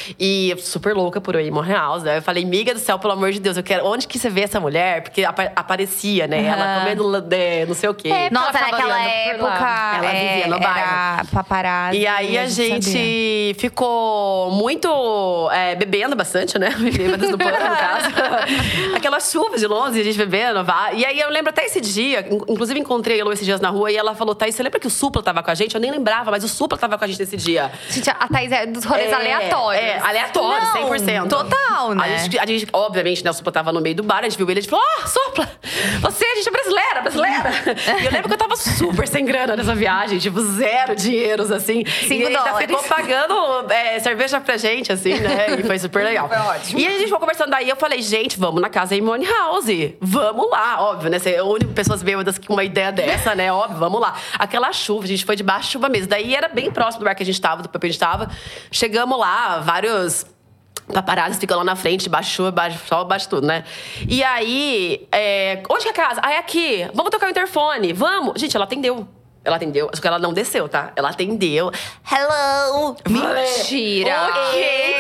E eu super louca por Amy Winehouse. Aí eu falei, amiga do céu, pelo amor de Deus, eu quero… Onde que você vê essa mulher? Porque apa- aparecia, né? Ela comendo de, não sei o quê. É, Nossa, Ela tava naquela andando por lá. época. Ela é, vivia no bairro. Era paparazzi. E aí a gente sabia. ficou muito é, bebendo bastante, né? Bêbadas do pano, no caso. Aquela chuva de Londres, a gente bebendo. Vá. E aí eu lembro até esse dia, in- inclusive encontrei a Elô esses dias na rua e ela falou: Thaís, você lembra que o Supla tava com a gente? Eu nem lembrava, mas o Supla tava com a gente nesse dia. Gente, a Thaís é dos rolês É, aleatórios. É, aleatório, Não, cem por cento. total, né? A gente, a gente, obviamente, né, o Supla tava no meio do bar, a gente viu ele e a gente falou: Ó, oh, Supla, você, a gente é brasileira, brasileira. E eu lembro que eu tava super sem grana nessa viagem, tipo, zero dinheiros, assim. Cinco e ainda dólares. ficou pagando é, cerveja pra gente, assim, né? E foi super legal. Foi ótimo. E aí a gente foi conversando, daí eu falei: gente, vamos na casa da Amy Winehouse. Vamos lá, óbvio, né? Você é a única pessoas bêbadas com uma ideia dessa, né? Óbvio, vamos lá. Aquela chuva, a gente foi debaixo de chuva mesmo. Daí era bem próximo do bar que a gente tava, do papo que a gente tava. Chegamos lá, vários paparazzi ficam lá na frente, debaixo de chuva, baixo sol, baixo tudo, né? E aí, é, onde que é a casa? Ah, é aqui. Vamos tocar o interfone. Vamos. Gente, ela atendeu. Ela atendeu, só que ela não desceu, tá? Ela atendeu. Hello! Mentira! Ok!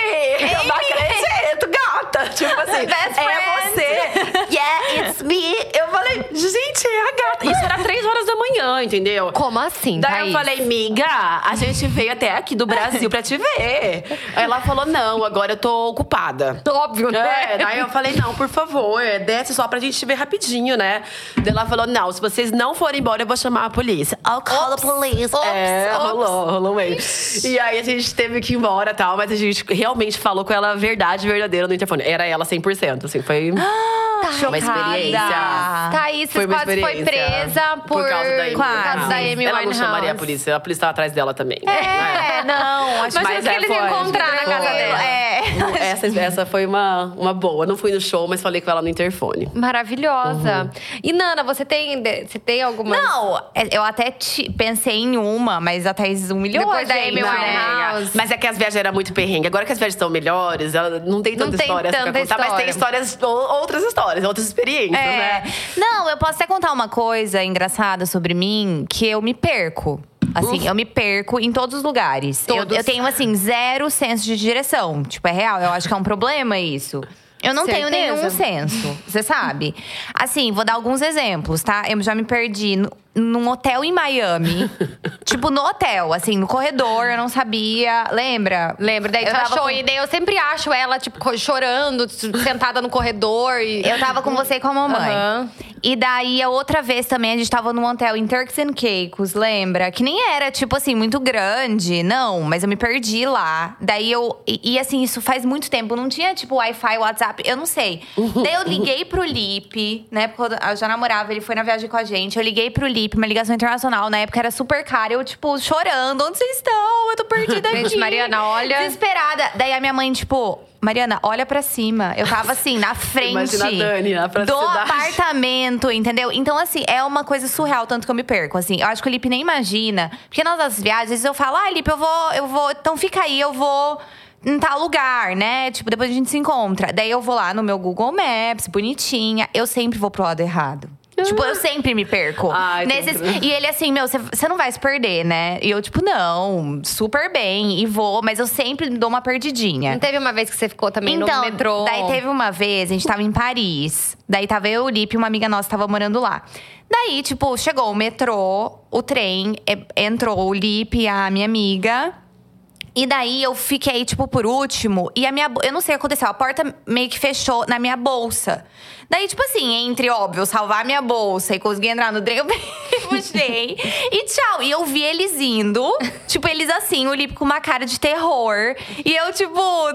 Eu não acredito, gata! Tipo assim, Best é friend. você! Yeah, it's me! Eu falei, gente, é a gata! Isso era três horas da manhã, entendeu? Como assim, Daí Thaís? eu falei, miga, a gente veio até aqui do Brasil pra te ver. Aí ela falou, não, agora eu tô ocupada. Óbvio, né? É, daí eu falei, não, por favor, desce só pra gente te ver rapidinho, né? Daí ela falou, não, se vocês não forem embora, eu vou chamar a polícia. I'll call the police. É, ops. rolou, rolou mesmo. E aí a gente teve que ir embora e tal, mas a gente realmente falou com ela a verdade verdadeira no interfone. Era ela cem por cento, assim, foi uma experiência. Thaís, Foi você uma quase foi experiência. presa por, Por causa da Amy por causa da Winehouse. Amy Ela não Winehouse. chamaria a polícia, a polícia tava atrás dela também. É, não. Acho Imagina Mas que é, eles foi. encontraram na casa Foi. dela. É. Essa, essa foi uma, uma boa. Não fui no show, mas falei com ela no interfone. Maravilhosa. Uhum. E Nana, você tem, você tem alguma… Não, é, eu até te- pensei em uma, mas a Thaís humilhou Depois a da gente, Amy né? Winehouse. Mas é que as viagens eram muito perrengue. Agora que as viagens estão melhores, ela não tem tanta Não tem história pra tanta contar. Mas tem história. histórias, ou- outras histórias, outras experiências, É. né? Não, eu posso até contar uma coisa engraçada sobre mim, que eu me perco. Assim, eu me perco em todos os lugares. Eu, Todos. eu tenho, assim, zero senso de direção. Tipo, é real. Eu acho que é um problema isso. Eu não tenho Certeza. nenhum senso, você sabe? Assim, vou dar alguns exemplos, tá? Eu já me perdi no, num hotel em Miami. Tipo, no hotel, assim, no corredor, eu não sabia. Lembra? Lembro, daí Eu tu tava achou. com- E daí eu sempre acho ela, tipo, co- chorando, sentada no corredor. E… Eu tava com você e com a mamãe. Aham. E daí, a outra vez também, a gente tava num hotel em Turks and Caicos, lembra? Que nem era, tipo assim, muito grande. Não, mas eu me perdi lá. Daí eu… E, e, assim, isso faz muito tempo. Não tinha, tipo, Wi-Fi, WhatsApp, eu não sei. Daí eu liguei pro Lipe, né? Porque eu já namorava, ele foi na viagem com a gente. Eu liguei pro Lipe, uma ligação internacional. Na época era super cara. Eu, tipo, chorando. Onde vocês estão? Eu tô perdida aqui. Gente, Mariana, olha… Desesperada. Daí a minha mãe, tipo… Mariana, olha pra cima. Eu tava assim, na frente Imagina a Dani na do praticidade. apartamento, entendeu? Então, assim, é uma coisa surreal, tanto que eu me perco. Assim, eu acho que o Lipe nem imagina. Porque nas nossas viagens, às vezes eu falo, ah, Lipe, eu vou, eu vou. Então fica aí, eu vou em tal lugar, né? Tipo, depois a gente se encontra. Daí eu vou lá no meu Google Maps, bonitinha. Eu sempre vou pro lado errado. Tipo, eu sempre me perco. Ai, Nesses, tem que- e ele assim, meu, você não vai se perder, né? E eu, tipo, não, super bem, e vou, mas eu sempre dou uma perdidinha. Não teve uma vez que você ficou também Então, no metrô? daí teve uma vez, a gente tava em Paris. Daí tava eu, o Lipe e uma amiga nossa tava morando lá. Daí, tipo, chegou o metrô, o trem, é- entrou o Lipe e a minha amiga. E daí eu fiquei, tipo, por último. E a minha… bo- Eu não sei o que aconteceu. A porta meio que fechou na minha bolsa. Daí, tipo assim, entre, óbvio, salvar a minha bolsa e conseguir entrar no trem, eu puxei. E tchau. E eu vi eles indo. Tipo, eles assim, o Lipe com uma cara de terror. E eu, tipo,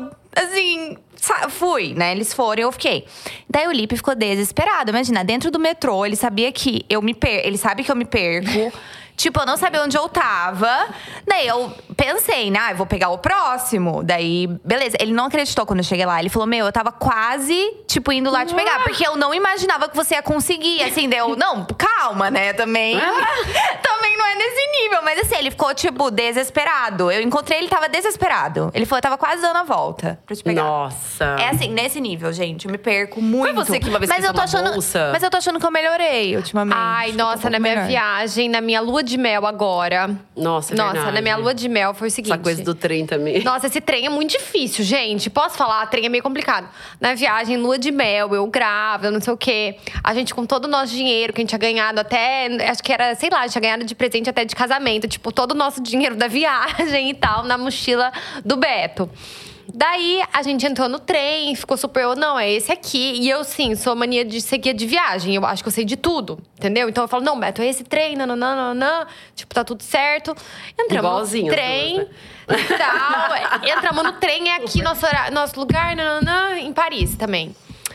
assim… sa- Fui, né? Eles foram e eu fiquei. Daí o Lipe ficou desesperado. Imagina, dentro do metrô, ele sabia que eu me perco. Ele sabe que eu me perco. Tipo, eu não sabia onde eu tava. Daí eu pensei, né? Ah, eu vou pegar o próximo. Daí, beleza. Ele não acreditou quando eu cheguei lá. Ele falou, meu, eu tava quase, tipo, indo lá te pegar. Porque eu não imaginava que você ia conseguir. Assim, deu, não, calma, né? Também. Também não é nesse nível. Mas assim, ele ficou, tipo, desesperado. Eu encontrei, ele tava desesperado. Ele falou, eu tava quase dando a volta pra te pegar. Nossa. É assim, nesse nível, gente. Eu me perco muito. você que uma vez mas eu tô esqueceu uma achando, bolsa? Mas eu tô achando que eu melhorei ultimamente. Ai, Tô um nossa, pouco na minha melhor. viagem, na minha lua de mel agora. Nossa, é Nossa, verdade. na minha lua de mel foi o seguinte. Essa coisa do trem também. Nossa, esse trem é muito difícil, gente. Posso falar? Trem é meio complicado. Na viagem, lua de mel, eu grávida, não sei o quê. A gente, com todo o nosso dinheiro que a gente tinha ganhado até… Acho que era, sei lá, a gente tinha ganhado de presente até de casamento. Tipo, todo o nosso dinheiro da viagem e tal, na mochila do Beto. Daí, a gente entrou no trem, ficou super… Eu, não, é esse aqui. E eu, sim, sou mania de ser guia de viagem. Eu acho que eu sei de tudo, entendeu? Então, eu falo, não, Beto, é esse trem, nananana. Tipo, tá tudo certo. Entramos Igualzinho no as trem… duas, e tal. Entramos no trem, é aqui nosso, horário, nosso lugar, nananã, em Paris também.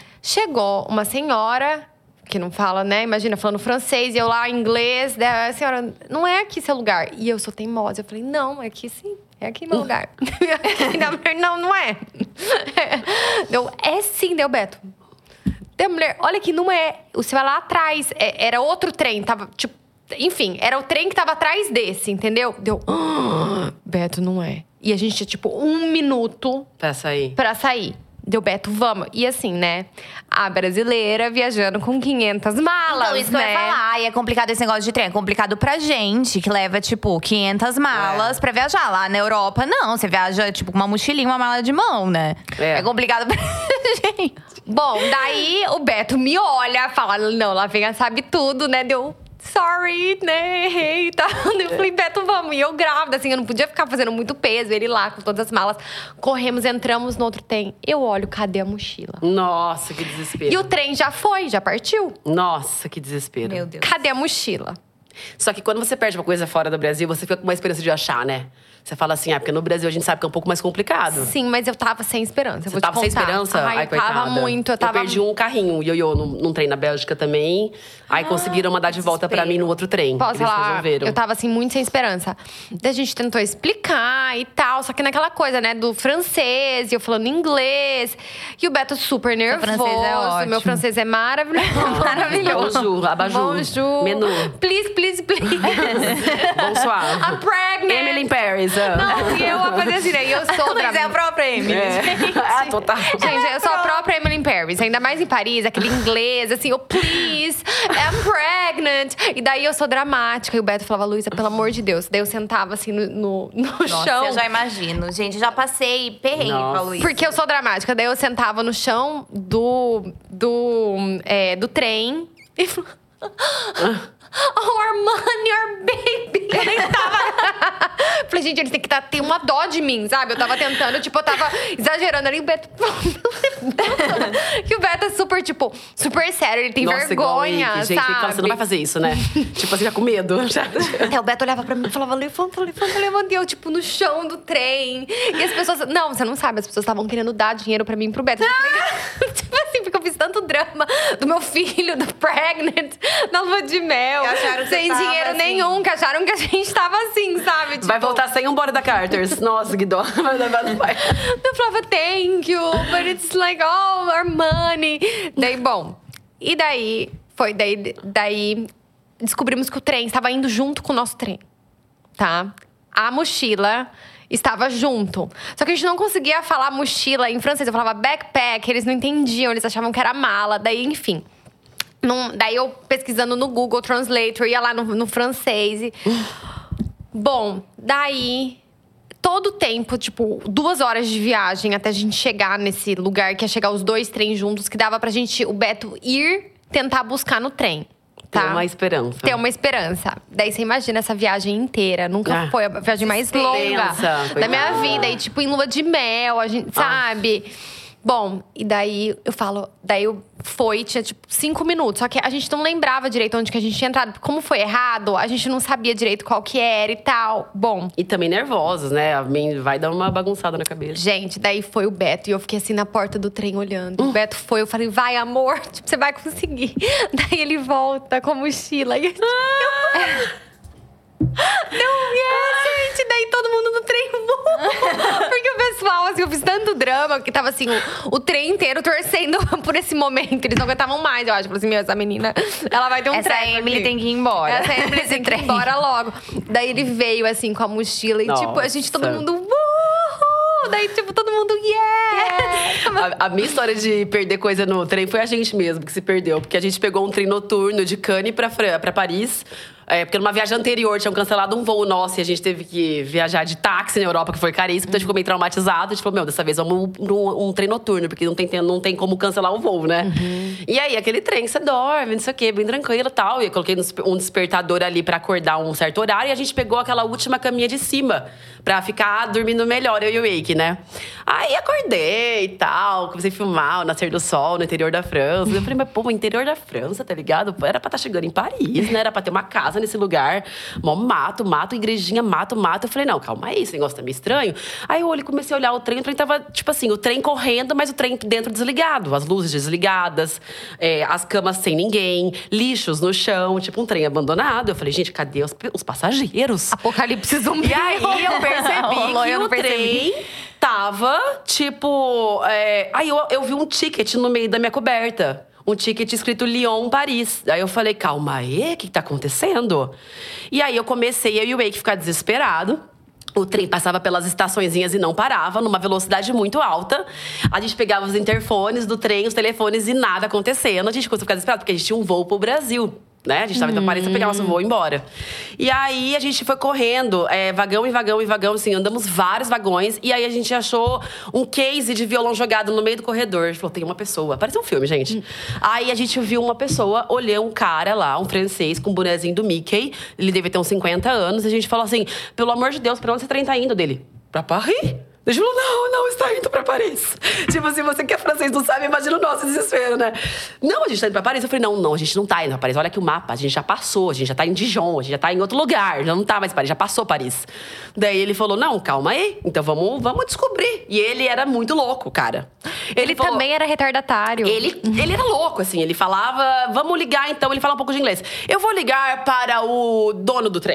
Chegou uma senhora… Que não fala, né? Imagina, falando francês. E eu lá, inglês. Daí a senhora, não é aqui seu lugar. E eu sou teimosa. Eu falei, não, é aqui sim. É aqui meu lugar. não, não é. Deu, é sim, deu, Beto. Deu, mulher, olha que não é. Você vai lá atrás. É- era outro trem. Tava, tipo… Enfim, era o trem que tava atrás desse, entendeu? Deu, "Ah, Beto, não é. E a gente tinha, tipo, um minuto Peça aí. pra sair. Deu, Beto, vamos. E assim, né? A brasileira viajando com quinhentas malas, Então, isso né? que eu ia falar. E é complicado esse negócio de trem. É complicado pra gente, que leva, tipo, quinhentas malas É. pra viajar. Lá na Europa, não. Você viaja, tipo, com uma mochilinha, uma mala de mão, né? É. É, complicado pra gente. Bom, daí o Beto me olha, fala, não, lá vem a sabe tudo, né? Deu… Sorry, né? Errei e tal. Eu falei, Beto, vamos. E eu grávida, assim, eu não podia ficar fazendo muito peso. Ele lá com todas as malas. Corremos, entramos no outro trem. Eu olho, cadê a mochila? Nossa, que desespero. E o trem já foi, já partiu. Nossa, que desespero. Meu Deus. Cadê a mochila? Só que quando você perde uma coisa fora do Brasil, você fica com uma esperança de achar, né? Você fala assim, ah, porque no Brasil a gente sabe que é um pouco mais complicado. Sim, mas eu tava sem esperança. Eu Você vou te tava sem contar. esperança? Ai, Ai, eu tava coitada. muito, eu tava… perdi um carrinho, um ioiô, num, num trem na Bélgica também. Aí conseguiram mandar de volta pra mim no outro trem. Posso Eles falar? resolveram. Eu tava assim, muito sem esperança. Daí a gente tentou explicar e tal, só que naquela coisa, né, do francês, e eu falando inglês. E o Beto super nervoso. francês é ótimo. Meu francês é maravilhoso. maravilhoso. Bonjour, abajur. Bonjour. Menu. Please, please, please. Bonsoir. I'm pregnant. Emily in Paris. ah. Não, e eu a fazer assim, né? E eu sou Mas é a própria Emily. É. Ah, total. Gente, eu sou a própria Emily in Paris. Ainda mais em Paris, aquele inglês, assim, oh, please, I'm pregnant. E daí eu sou dramática. E o Beto falava, Luísa, pelo amor de Deus. Daí eu sentava assim no, no, no Nossa, chão. eu já imagino. Gente, já passei perrengue Nossa. com a Luísa. Porque eu sou dramática. Daí eu sentava no chão do, do, é, do trem e falava… Oh, Armani, your baby. Eu nem tava… Falei, gente, eles têm que tá, ter uma dó de mim, sabe? Eu tava tentando, tipo, eu tava exagerando ali. O Beto… que o Beto é super, tipo, super sério. Ele tem Nossa, igual vergonha, Ike. Gente, sabe? ele fala, você não vai fazer isso, né? Tipo, você fica com medo. Já. Aí o Beto olhava pra mim e falava, levanta, levanta, levanta. E eu, tipo, no chão do trem. E as pessoas… Não, você não sabe. As pessoas estavam querendo dar dinheiro pra mim e pro Beto. Tipo assim, porque eu fiz tanto drama do meu filho, do pregnant, na lua de mel. Que acharam que sem você tava dinheiro assim. nenhum. Que acharam que a gente tava assim, sabe? Tipo, Vai voltar sem um bora da Carters. Nossa, que dó. Vai levar no pai. Eu falava, thank you, but it's like, oh, our money. Daí, bom, e daí, foi, daí, daí descobrimos que o trem estava indo junto com o nosso trem, tá? A mochila estava junto. Só que a gente não conseguia falar mochila em francês. Eu falava backpack, eles não entendiam, eles achavam que era mala. Daí, enfim. Num, daí eu pesquisando no Google Translator, ia lá no, no francês. E… Bom, daí… Todo o tempo, tipo, duas horas de viagem até a gente chegar nesse lugar, que ia chegar os dois trens juntos, que dava pra gente, o Beto, ir tentar buscar no trem. Tá? Tem uma esperança. Ter uma esperança. Daí você imagina essa viagem inteira. Nunca Ah, foi a viagem mais longa tensa, da minha coitada. vida. E tipo, em lua de mel, a gente, sabe? Bom, e daí eu falo… Daí eu foi, tinha tipo cinco minutos. Só que a gente não lembrava direito onde que a gente tinha entrado. Como foi errado, a gente não sabia direito qual que era e tal. Bom… E também nervosos, né? A mim vai dar uma bagunçada na cabeça. Gente, daí foi o Beto. E eu fiquei assim na porta do trem olhando. O Beto foi, eu falei, vai, amor. Tipo, você vai conseguir. Daí ele volta com a mochila. E eu, tipo, não, yes, gente. Daí todo mundo no trem voou. Porque o pessoal, assim, eu fiz tanto drama que tava assim, o, o trem inteiro torcendo por esse momento. Eles não aguentavam mais, eu acho. Falei assim, meu, essa menina, ela vai ter um Essa treco Emily aqui. tem que ir embora. Essa Emily tem que ir embora logo. Daí ele veio, assim, com a mochila. E, Nossa. tipo, a gente, todo mundo… Uhul! Daí, tipo, todo mundo… Yeah! A, a minha história de perder coisa no trem foi a gente mesmo que se perdeu. Porque a gente pegou um trem noturno de Cannes pra, Fran- pra Paris. É, porque numa viagem anterior tinham cancelado um voo nosso e a gente teve que viajar de táxi na Europa, que foi caríssimo. Então a gente ficou meio traumatizado. A gente falou, meu, dessa vez vamos num um trem noturno, porque não tem, não tem como cancelar o voo, né? Uhum. E aí, aquele trem que você dorme, não sei o quê, bem tranquilo e tal. E eu coloquei um despertador ali pra acordar um certo horário. E a gente pegou aquela última caminha de cima, pra ficar dormindo melhor, eu e o Wake, né? Aí acordei e tal, comecei a filmar o nascer do sol no interior da França. Eu falei, mas pô, o interior da França, tá ligado? Era pra estar chegando em Paris, né? Era pra ter uma casa nesse lugar. Mó mato, mato, igrejinha, mato, mato. Eu falei, não, calma aí, esse negócio tá meio estranho. Aí eu olhei, comecei a olhar o trem, o trem tava, tipo assim, o trem correndo, mas o trem dentro desligado. As luzes desligadas, é, as camas sem ninguém, lixos no chão, tipo um trem abandonado. Eu falei, gente, cadê os, os passageiros? Apocalipse zumbi. E aí eu percebi Rolou, que eu não o percebi. trem tava, tipo… É… Aí eu, eu vi um ticket no meio da minha coberta. Um ticket escrito Lyon, Paris. Aí eu falei, calma aí, o que tá acontecendo? E aí eu comecei, eu e o Wake, ficar desesperado. O trem passava pelas estaçõezinhas e não parava, numa velocidade muito alta. A gente pegava os interfones do trem, os telefones e nada acontecendo. A gente começou a ficar desesperado, porque a gente tinha um voo pro Brasil. Né? A gente tava indo pra Paris pra pegar nosso voo e ir embora. E aí, a gente foi correndo, é, vagão e vagão e vagão, assim, andamos vários vagões. E aí, a gente achou um case de violão jogado no meio do corredor. A gente falou, tem uma pessoa. Parece um filme, gente. Hum. Aí, a gente viu uma pessoa, olhou um cara lá, um francês, com um bonezinho do Mickey. Ele devia ter uns cinquenta anos. E a gente falou assim, pelo amor de Deus, pra onde esse trem tá indo dele? Pra Paris? Ele falou, não, não, está indo pra Paris. Tipo, se você que é francês não sabe, imagina o nosso desespero, né? Não, a gente tá indo pra Paris. Eu falei, não, não, a gente não tá indo pra Paris. Olha aqui o mapa, a gente já passou, a gente já tá em Dijon, a gente já tá em outro lugar. Já não tá mais Paris, já passou Paris. Daí ele falou, não, calma aí, então vamos, vamos descobrir. E ele era muito louco, cara. Ele, Ele falou, também era retardatário. Ele, ele era louco, assim. Ele falava, vamos ligar então. Ele fala um pouco de inglês. Eu vou ligar para o dono do trem.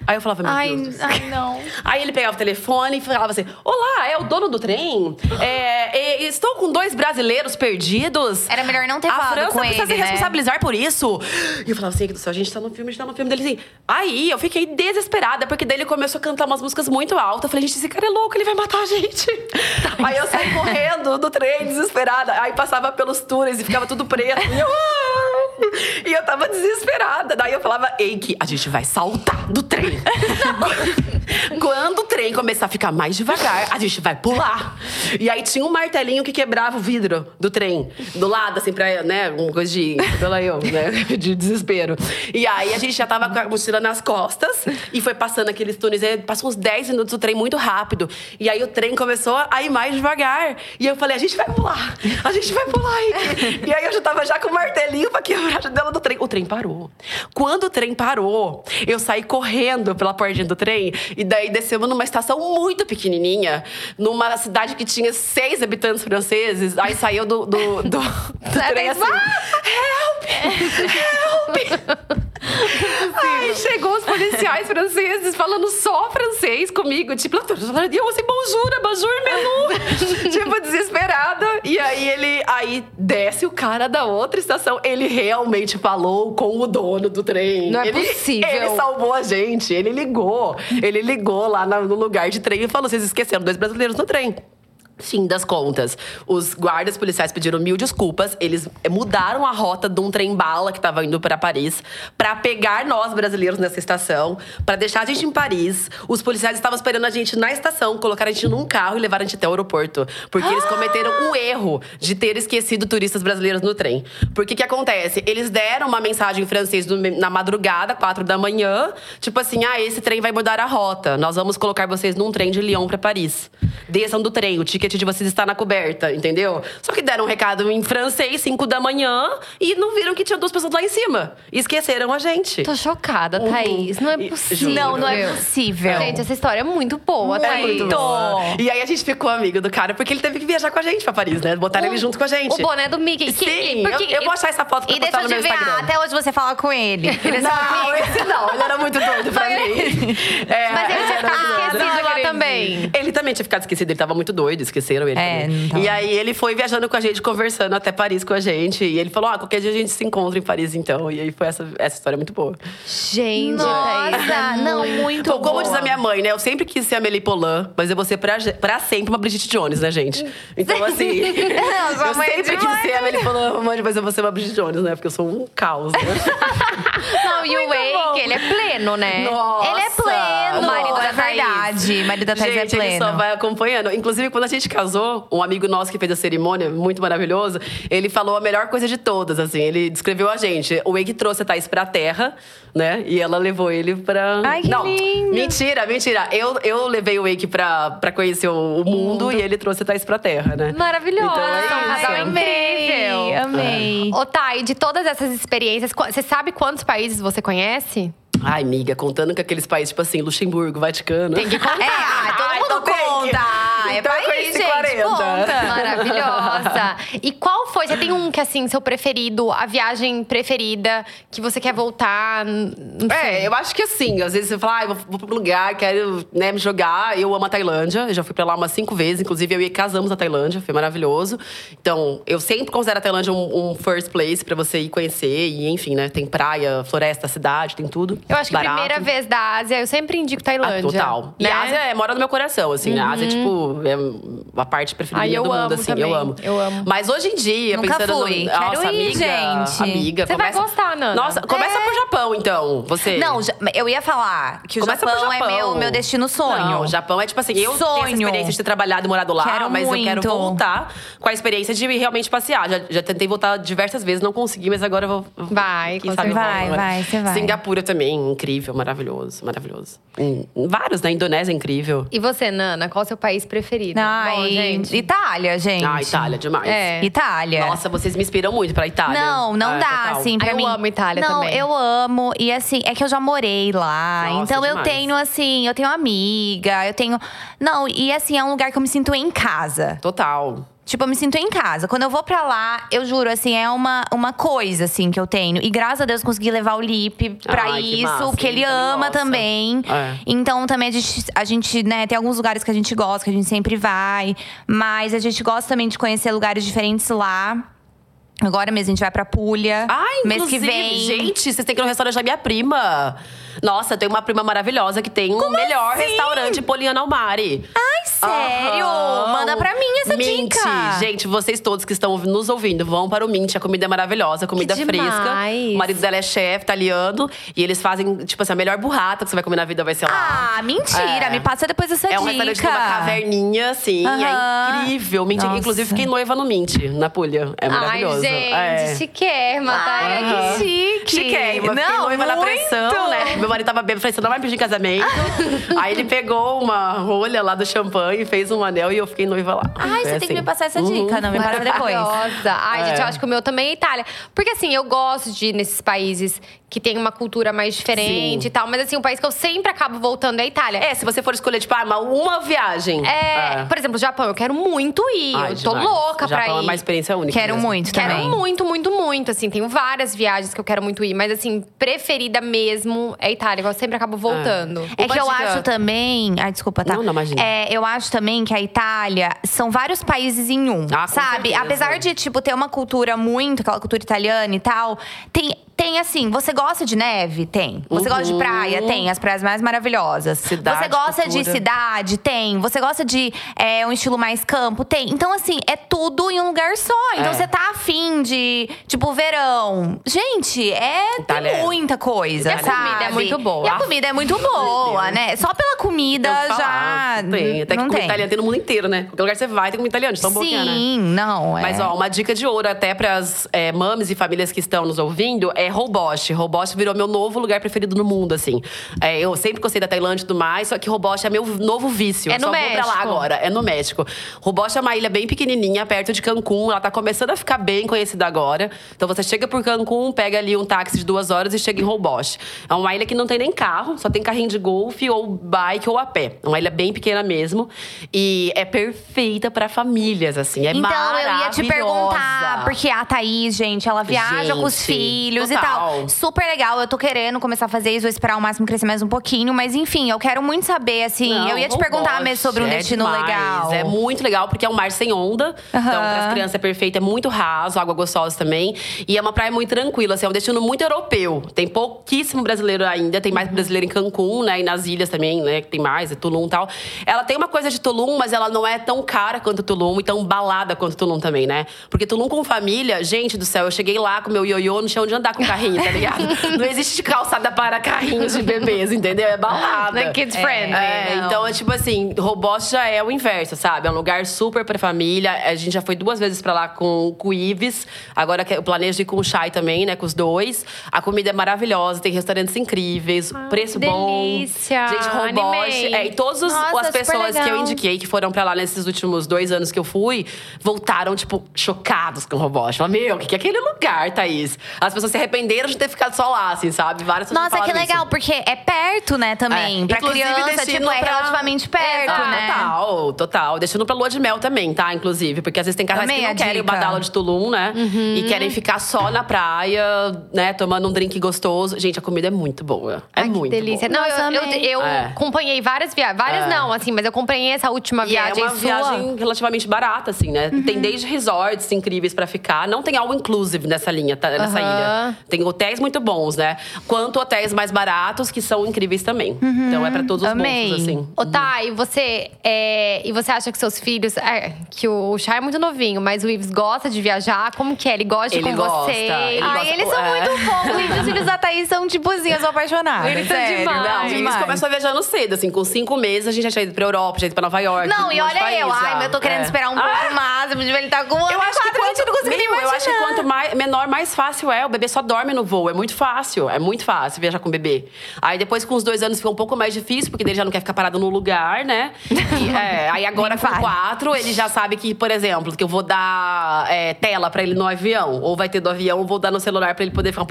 Aí eu falava, meu Ai, Deus. ai, não. Aí ele pegava o telefone e falava assim: olá, é o dono do trem? É, é, estou com dois brasileiros perdidos. Era melhor não ter a falado França com precisa ele, se né? responsabilizar por isso. E eu falava assim: do céu, a gente tá no filme, a gente tá no filme dele assim. Aí eu fiquei desesperada, porque daí ele começou a cantar umas músicas muito altas. Eu falei: gente, esse cara é louco, ele vai matar a gente. Aí eu saí correndo do trem, desesperada. Aí passava pelos túneis e ficava tudo preto. E eu, e eu tava desesperada. Daí eu falava: Eike, a gente vai saltar do trem. Quando o trem começar a ficar mais devagar, a gente vai pular. E aí tinha um martelinho que quebrava o vidro do trem. Do lado, assim, pra, né, uma coisa de… Pela eu, né, de desespero. E aí a gente já tava com a mochila nas costas. E foi passando aqueles túneis. Aí passou uns dez minutos o trem muito rápido. E aí o trem começou a ir mais devagar. E eu falei: a gente vai pular. A gente vai pular aí. E aí eu já tava já com o martelinho pra quebrar a janela do trem. O trem parou. Quando o trem parou, eu saí correndo pela portinha do trem. E daí descemos numa estação muito pequenininha, numa cidade que tinha seis habitantes franceses. Aí saiu do, do, do, do trem assim: help! Help! Aí chegou os policiais franceses falando só francês comigo. Tipo, e eu assim: bonjour, bonjour, menu. Tipo, desesperada. E aí ele… Aí desce o cara da outra estação. Ele realmente falou com o dono do trem. Não é ele, possível. Ele salvou a gente. Ele ligou. Ele ligou lá no lugar de trem e falou: vocês esqueceram dois brasileiros no trem. Fim das contas, os guardas policiais pediram mil desculpas. Eles mudaram a rota de um trem-bala que estava indo para Paris para pegar nós brasileiros nessa estação, para deixar a gente em Paris. Os policiais estavam esperando a gente na estação, colocaram a gente num carro e levaram a gente até o aeroporto, porque eles cometeram um erro de ter esquecido turistas brasileiros no trem. Porque que acontece? Eles deram uma mensagem em francês na madrugada, quatro da manhã, tipo assim: ah, esse trem vai mudar a rota. Nós vamos colocar vocês num trem de Lyon para Paris. Desçam do trem, o ticket de vocês está na coberta, entendeu? Só que deram um recado em francês, cinco da manhã, e não viram que tinha duas pessoas lá em cima. E esqueceram a gente. Tô chocada, Thaís. Não é E- possível. juro. Não, não é possível. Gente, essa história é muito boa, É Thaís. muito boa. E aí a gente ficou amigo do cara, porque ele teve que viajar com a gente pra Paris, né? Botaram O- ele junto com a gente. O boné do Mickey. Que- Sim, porque- eu, eu vou achar essa foto pra E deixa postar eu no meu adivinhar, Instagram. até hoje você fala com ele. Ele é seu Não, amigo. esse não. Ele era muito doido pra mim. É, Mas ele tinha era muito ficado doido. esquecido lá acredito. também. Ele também tinha ficado esquecido, ele tava muito doido, esqueceram ele É, também. então. E aí ele foi viajando com a gente, conversando até Paris com a gente. E ele falou: ah, qualquer dia a gente se encontra em Paris, então. E aí foi essa, essa história muito boa. Gente, Thaís. Nossa, não, muito Então, como boa. diz a minha mãe, né? Eu sempre quis ser a Amélie Poulain, mas eu vou ser pra, pra sempre uma Brigitte Jones, né, gente? Então, assim… Não, sua eu mãe é sempre quis demais. ser a Amélie Poulain, mas eu vou ser uma Brigitte Jones, né? Porque eu sou um caos, né? Não, e o Wake, ele é pleno, né? Nossa! Ele é pleno. O marido da é Thaís. verdade. O marido da Thaís Gente, é pleno. ele só vai acompanhando. Inclusive, quando a gente casou, um amigo nosso que fez a cerimônia, muito maravilhoso, ele falou a melhor coisa de todas, assim. Ele descreveu a gente. O Wake trouxe a Thaís pra terra, né? E ela levou ele pra… Ai, que Não, lindo. mentira, mentira. Eu, eu levei o Wake pra, pra conhecer o, o mundo e ele trouxe a Thaís pra terra, né? Maravilhosa. Então é São um isso. casal incrível. Amei. Ô, Thay, de todas essas experiências, qu- você sabe quantos países você conhece? Ai, amiga, contando com aqueles países, tipo assim, Luxemburgo, Vaticano… Tem que contar. É, ah, todo Ai, mundo então tem que- conta. É Então eu país, conheci gente, quarenta. conta. Maravilhosa. E qual foi? Você tem um que, assim, seu preferido, a viagem preferida, que você quer voltar? Não sei. É, eu acho que assim, às vezes você fala, ah, eu vou, vou pra um lugar, quero, né, me jogar. Eu amo a Tailândia, eu já fui pra lá umas cinco vezes. Inclusive, eu e casamos na Tailândia, foi maravilhoso. Então, eu sempre considero a Tailândia um, um first place pra você ir conhecer. E, enfim, né, tem praia, floresta, cidade, tem tudo. Eu acho que a Barato. primeira vez da Ásia, eu sempre indico Ah, Tailândia. total. E né? a Ásia é, mora no meu coração, assim, né? A Ásia é, tipo, é a parte preferida Ai, eu do mundo, amo assim, também, eu amo. eu amo. Mas hoje em dia, Nunca pensando fui. no… Quero Nossa, ir, amiga, gente. amiga, Você vai começa… gostar, Nana. Nossa, começa É. pro Japão, então, você. Não, já- eu ia falar que o Começa pro Japão, Japão. é meu, meu destino sonho. Não, o Japão é tipo assim, eu tenho essa Sonho. experiência de ter trabalhado e morado lá, Quero mas eu quero muito. voltar com a experiência de realmente passear. Já, já tentei voltar diversas vezes, não consegui, mas agora eu vou. Vai, quem com sabe certeza. volto Vai, agora. vai, você vai. Singapura também, incrível, maravilhoso, maravilhoso. Em- em vários, né? Indonésia é incrível. E você, Nana, qual é o seu país preferido? Ai, Bom, gente. Itália, gente. Ah, Itália, demais. É. Itália. Nossa, vocês me inspiram muito pra Itália. Não, não É, dá, total. assim, pra Ah, eu mim. amo Itália não, também. eu amo. E assim, é que eu já morei lá. Nossa, então eu demais. tenho, assim, eu tenho amiga, eu tenho. Não, e assim, é um lugar que eu me sinto em casa. Total. Tipo, eu me sinto em casa. Quando eu vou pra lá, eu juro, assim, é uma, uma coisa, assim, que eu tenho. E graças a Deus, consegui levar o Lipe pra Ai, que isso. massa, Porque ele ele também ama gosta. também. É. Então, também, a gente, a gente, né, tem alguns lugares que a gente gosta, que a gente sempre vai. Mas a gente gosta também de conhecer lugares diferentes lá. Agora mesmo, a gente vai pra Puglia. Ah, mês inclusive, que vem. gente, vocês têm que ir no restaurante da minha prima. Nossa, eu tenho uma prima maravilhosa que tem o melhor assim? restaurante em Poliana ao Mare. Ai, sério? Aham. Manda pra mim essa Mint. dica. Gente, vocês todos que estão nos ouvindo, vão para o Mint. A comida é maravilhosa, comida Que fresca. demais. O marido dela é chefe italiano. E eles fazem, tipo assim, a melhor burrata que você vai comer na vida vai ser lá. Ah, mentira. É. Me passa depois essa É dica. um restaurante numa caverninha, assim. Aham. É incrível. Mint. Nossa. Inclusive, fiquei noiva no Mint, na Puglia. É maravilhoso. Ai, gente, é. chiquérrima, tá? Ai, Aham. que chique. Chiquérrima. Fiquei Não, noiva na muito. pressão, né? Meu marido tava bêbado, falei, você não vai me pedir em casamento. Aí ele pegou uma rolha lá do champanhe, fez um anel e eu fiquei noiva lá. Ai, Foi você tem assim. que me passar essa dica. Não, me passa depois. Maravilhosa. Ai, gente, É. eu acho que o meu também é Itália. Porque assim, eu gosto de ir nesses países que tem uma cultura mais diferente Sim. e tal. Mas assim, um país que eu sempre acabo voltando é a Itália. É, se você for escolher, tipo, ah, uma- uma viagem. É, É. por exemplo, o Japão, eu quero muito ir. Ai, eu tô demais. louca pra Japão ir. é uma experiência única. Quero mesmo. muito Quero também. muito, muito, muito. Assim, tenho várias viagens que eu quero muito ir. Mas assim, preferida mesmo é a Itália, que eu sempre acabo voltando. É Uma que eu dica- acho também. Ai, desculpa, tá? Não, não, imagina. É, eu acho também que a Itália são vários países em um. Ah, com sabe? certeza. Apesar de, tipo, ter uma cultura muito, aquela cultura italiana e tal, tem. Tem assim, você gosta de neve? Tem. Você gosta de Uhum. praia? Tem. As praias mais maravilhosas. Cidade, você gosta de cultura. cidade? Tem. Você gosta de é, um estilo mais campo? Tem. Então, assim, é tudo em um lugar só. Então, É. você tá afim de, tipo, verão. Gente, é Itália tem é- muita coisa, E a sabe? comida é muito boa. E a comida é muito boa, né? Só pela comida Tem o que já. falar. Tem. Até que não comida tem. italiana tem no mundo inteiro, né? Qualquer lugar que você vai, tem comida italiana. São boquinha, né? Sim, não. É. Mas, ó, uma dica de ouro até pras é, mames e famílias que estão nos ouvindo é Roboche. Roboche virou meu novo lugar preferido no mundo, assim. É, eu sempre gostei da Tailândia e tudo mais, só que Roboche é meu novo vício. É Eu no só vou pra lá México. agora. É no México. Roboche é uma ilha bem pequenininha, perto de Cancún. Ela tá começando a ficar bem conhecida agora. Então, você chega por Cancún, pega ali um táxi de duas horas e chega em Roboche. É uma ilha que não tem nem carro, só tem carrinho de golfe ou bike ou a pé. É uma ilha bem pequena mesmo. E é perfeita pra famílias, assim. É Então, eu ia te perguntar, maravilhosa. porque a Thaís, gente, ela viaja com os Gente, filhos total. e tal. Super legal, eu tô querendo começar a fazer isso, vou esperar o máximo crescer mais um pouquinho. Mas enfim, eu quero muito saber, assim, Não, eu ia te Roboche perguntar mesmo sobre um é destino demais. legal. É muito legal, porque é um mar sem onda. Então, Aham. para as crianças é perfeito, é muito raso, água gostosa também. E é uma praia muito tranquila, assim, é um destino muito europeu. Tem pouquíssimo brasileiro ainda, tem mais brasileiro em Cancún, né? E nas ilhas também, né? Que tem mais, é Tulum e tal. Ela tem uma coisa de Tulum, mas ela não é tão cara quanto Tulum e tão balada quanto Tulum também, né? Porque Tulum com família, gente do céu, eu cheguei lá com meu ioiô no chão de andar com carrinho, tá ligado? Não existe calçada para carrinhos de bebês, entendeu? É balada. Não é kids friendly. É, não. então é tipo assim, Roboche já é o inverso, sabe? É um lugar super pra família. A gente já foi duas vezes pra lá com, com o Ives. Agora que eu planejo ir com o Chay também, né? Com os dois. A comida é maravilhosa, tem restaurantes incríveis, preço bom. delícia. Gente, Roboche. Animei. É, e todas os- Nossa, as super pessoas que eu legal. indiquei que foram pra lá nesses últimos dois anos que eu fui, voltaram, tipo, chocados com o Roboche. Falaram, meu, o que que é aquele lugar, Thaís? As pessoas se arrependeram de ter ficado só lá, assim, sabe? Várias pessoas Nossa, que falaram isso. legal, porque é perto, né, também. É. Pra Inclusive, criança, destino tipo, é pra- relativamente perto, Ah, né? Total, total. Deixando pra lua de mel também, tá? Inclusive. Porque às vezes tem casais Amei que não a querem o dica. badalo de Tulum, né? E querem ficar só na praia, né? Tomando um drink gostoso. Gente, a comida é muito boa. É Ai, muito que delícia. boa. Não, Nossa, eu, eu, amei. eu É. acompanhei várias viagens. Várias É. não, assim, mas eu acompanhei essa última E é viagem uma sua. viagem relativamente barata, assim, né? Uhum. Tem desde resorts incríveis pra ficar. Não tem all inclusive nessa linha, tá? Nessa Aham. ilha. Tem hotéis muito bons, né? Quanto hotéis mais baratos, que são incríveis também. Então é pra todos os Uhum. Amei. bolsos, assim. Ô, Tá, e você, é, e você acha que seus filhos… é, que o Chay é muito novinho, mas o Ives gosta de viajar? Como que é? Ele gosta de ir Ele com gosta, você? ele Ai, gosta- eles são é. muito fofos. E os filhos da Thaís são, tipo assim, eu sou apaixonada. Eles são sério. demais. Não, Ai, eles começam viajando cedo, assim. Com cinco meses, a gente já tinha ido pra Europa, já ido pra Nova York. Não, um e monte de olha eu. país Ai, já. mas eu tô querendo É. esperar um Ah, pouco mais. Ele tá com um ano Eu e acho que quatro, quanto, eu não consigo nem meu, eu acho que imaginar. quanto mais, menor, mais fácil é. O bebê só dorme no voo. É muito fácil. É muito fácil viajar com o bebê. Aí depois, com os dois anos, fica um pouco mais difícil, porque ele já não quer ficar parado no lugar, né? E, é, aí agora, Nem com vale. quatro, ele já sabe que, por exemplo, que eu vou dar é, tela pra ele no avião. Ou vai ter do avião, ou vou dar no celular pra ele poder ficar um pouco quieto.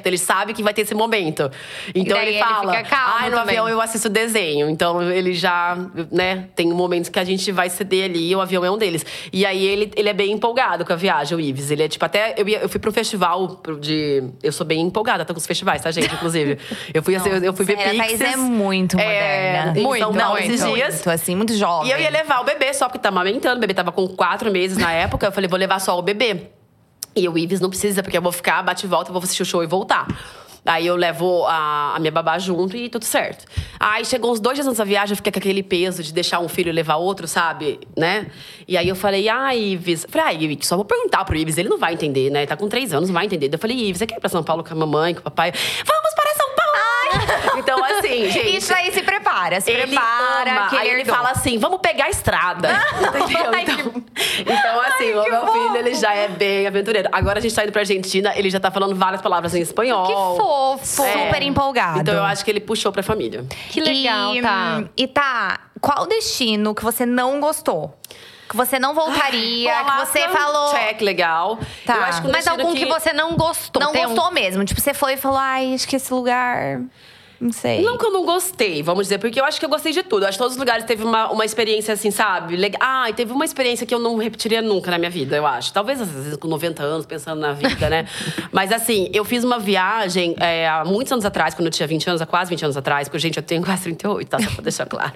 Então ele sabe que vai ter esse momento. Então daí ele ele fala, fica calmo ai, no também. avião eu assisto desenho. Então ele já, né, tem momentos que a gente vai ceder ali e o avião é um deles. E aí ele, ele é bem empolgado com a viagem, o Ives. Ele é tipo, até eu, ia, eu fui pra um festival de. Eu sou bem empolgada, tá com os festivais, tá, gente? Inclusive. Eu fui, assim, eu, eu fui ver Sério, a Pixies. Thaís é muito É, moderna. em Muito, São Paulo muito, esses dias. Muito, assim, muito jovem. E eu ia levar o bebê só, porque tá amamentando. O bebê tava com quatro meses na época. Eu falei, vou levar só o bebê. E o Ives não precisa, porque eu vou ficar, bate e volta, vou assistir o show e voltar. Aí eu levo a, a minha babá junto e tudo certo. Aí chegou uns dois dias antes da viagem, eu fiquei com aquele peso de deixar um filho e levar outro, sabe? Né? E aí eu falei, ah, Ives… Eu falei, ah, Ives, só vou perguntar pro Ives, ele não vai entender, né? Ele tá com três anos, não vai entender. Eu falei, Ives, você quer ir pra São Paulo com a mamãe, com o papai? Vamos para São Paulo! Então, assim, gente… Isso aí se prepara, se Ele prepara. ama. Que Aí ele herdou. fala assim, vamos pegar a estrada. Entendeu? Ai, Então, então assim, o meu filho, ele já é bem aventureiro. Agora a gente tá indo pra Argentina, ele já tá falando várias palavras em espanhol. Que fofo. É. Super empolgado. Então eu acho que ele puxou pra família. Que legal, e, tá? E tá, qual destino que você não gostou? Que você não voltaria, Bom, que Alasca, você falou… Check, legal. Tá. Eu acho que um Mas destino algum que... você não gostou? Não Tem um- gostou mesmo. Tipo, você foi e falou, ai, acho que esse lugar… Não sei. Não que eu não gostei, vamos dizer, porque eu acho que eu gostei de tudo. Eu acho que todos os lugares teve uma, uma experiência assim, sabe? Legal. Ah, e teve uma experiência que eu não repetiria nunca na minha vida, eu acho. Talvez, às vezes, com noventa anos, pensando na vida, né? Mas assim, eu fiz uma viagem é, há muitos anos atrás, quando eu tinha vinte anos, há quase vinte anos atrás, porque, gente, eu tenho quase trinta e oito, tá? Só pra deixar claro.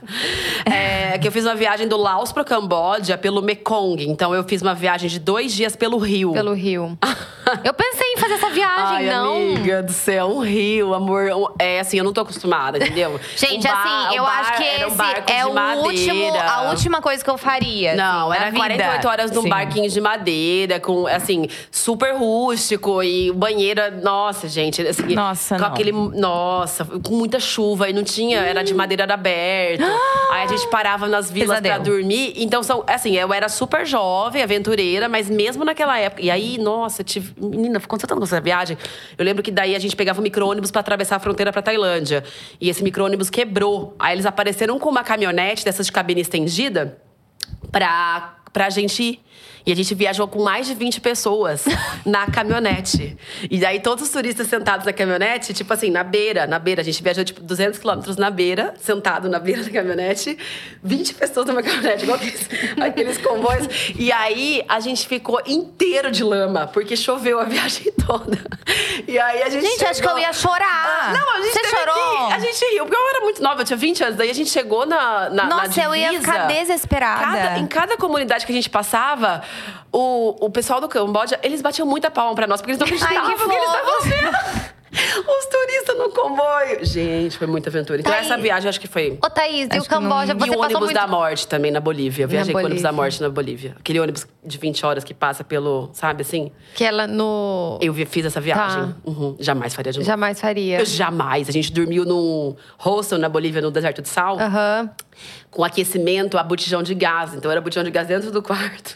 É, que eu fiz uma viagem do Laos pro Camboja pelo Mekong. Então, eu fiz uma viagem de dois dias pelo rio. Pelo Rio. Eu pensei em fazer essa viagem, Ai, não. amiga do céu, um rio, amor. um- É assim, eu não tô acostumada, entendeu? Gente, Um bar- assim, um eu bar- acho que era um esse barco é de o último, madeira. a última coisa que eu faria. Não, assim, era na quarenta e oito vida. horas num Sim. barquinho de madeira, com, assim, super rústico e o banheiro, nossa, gente, assim, Nossa, com não. aquele, nossa, com muita chuva e não tinha, era de madeira aberto. Aí a gente parava nas vilas pra Pesadelo. dormir. Então, são, assim, eu era super jovem, aventureira, mas mesmo naquela época. E aí, nossa, eu tive, menina, aconteceu tanto com essa viagem. Eu lembro que daí a gente pegava um micro-ônibus pra atravessar a fronteira pra Tailândia. E esse micro-ônibus quebrou. Aí eles apareceram com uma caminhonete dessas de cabine estendida pra, pra gente ir. E a gente viajou com mais de vinte pessoas na caminhonete. E daí todos os turistas sentados na caminhonete, tipo assim, na beira, na beira. A gente viajou tipo duzentos quilômetros na beira, sentado na beira da caminhonete. vinte pessoas numa caminhonete, igual aqueles, aqueles comboios. E aí a gente ficou inteiro de lama, porque choveu a viagem toda. E aí a gente Gente, acho que eu ia chorar. Ah, não, a gente Você teve chorou? que- a gente riu, porque eu era muito nova, eu tinha vinte anos. Daí a gente chegou na, na, na Nossa, eu ia divisa. ficar desesperada. Cada- em cada comunidade que a gente passava, o, o pessoal do Camboja, eles batiam muita palma pra nós, porque eles não acreditavam Ai, que que eles estavam fofo. vendo. Os turistas no comboio. Gente, foi muita aventura. Então Thaís. essa viagem, acho que foi… Ô, Thaís, e Acho o que não- Camboja, E você o passou ônibus muito… da morte também, na Bolívia. Eu viajei com o ônibus da Bolívia. morte na Bolívia. Aquele ônibus de vinte horas que passa pelo… Sabe, assim? Que ela no… Eu vi- fiz essa viagem. Tá. Uhum. Jamais faria de novo. Jamais faria. Eu jamais. A gente dormiu num hostel na Bolívia, no deserto de sal. Aham. Com aquecimento a botijão de gás. Então era botijão de gás dentro do quarto.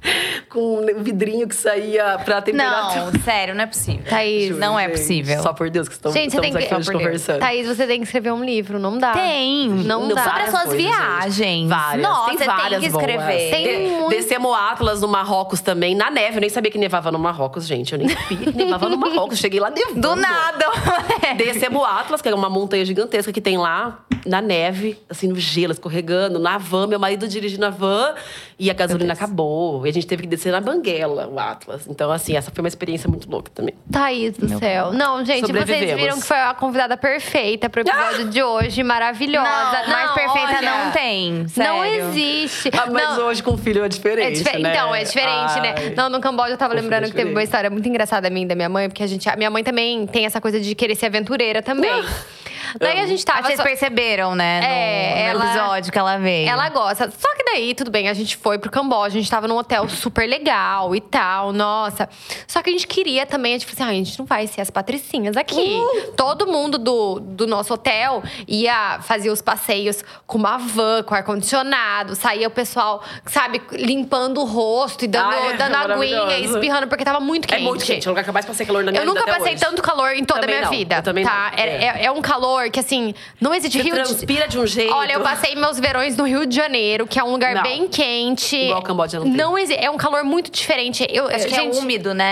Com um vidrinho que saía pra temperatura. Não, sério, não é possível. Thaís. Não é Gente, possível. Só por Deus que estamos, Gente, você tem estamos que… aqui hoje conversando. Thaís, você tem que escrever um livro, não dá. Tem. Não dá. Sobre as várias suas coisas, gente. viagens. Várias. Nossa, tem você várias tem que escrever. boas. Tem De- muito. Descemos o Atlas no Marrocos também, na neve. Eu nem sabia que nevava no Marrocos, gente. Eu nem sabia que nevava no Marrocos. Cheguei lá nevando. Do nada. Descemos o Atlas, que é uma montanha gigantesca que tem lá, na neve, assim, no gelo, escorregando, na van. Meu marido dirigindo a van e a gasolina acabou. E a gente teve que descer na Banguela, o Atlas. Então, assim, essa foi uma experiência muito louca também. Thaís do céu. Não, gente, vocês Sobrevivemos. viram que foi a convidada perfeita pro episódio de hoje. Maravilhosa. Não, mais perfeita olha, não tem. Não Sério. existe. Ah, mas não, hoje com o filho é diferente, é dife- né? Então, é diferente, né? Ai. Não, no Camboja eu tava Com lembrando filho é que teve uma diferente. história muito engraçada minha e da minha mãe, porque a gente, a minha mãe também tem essa coisa de querer ser aventureira também. Daí a gente tava. Vocês só- perceberam, né? No, É, no ela- episódio que ela veio. Ela gosta. Só que daí, tudo bem, a gente foi pro Camboja, a gente tava num hotel super legal e tal, nossa. Só que a gente queria também, a gente falou assim: ah, a gente não vai ser as patricinhas aqui. Todo mundo do, do nosso hotel ia fazer os passeios com uma van, com ar-condicionado. Saía o pessoal, sabe, limpando o rosto e dando, Ai, dando aguinha, maravilhoso. espirrando, porque tava muito É quente. muito quente. É o lugar que eu mais passei calor na minha Eu vida nunca até passei hoje. tanto calor em toda Também a minha não, vida. eu também tá? não. É, é- é um calor que, assim, não existe Você Rio de- transpira de um jeito. Olha, eu passei meus verões no Rio de Janeiro, que é um lugar Não. bem quente. Igual o Camboja não tem. Não exi- É um calor muito diferente. Eu, Acho que gente, é úmido, né?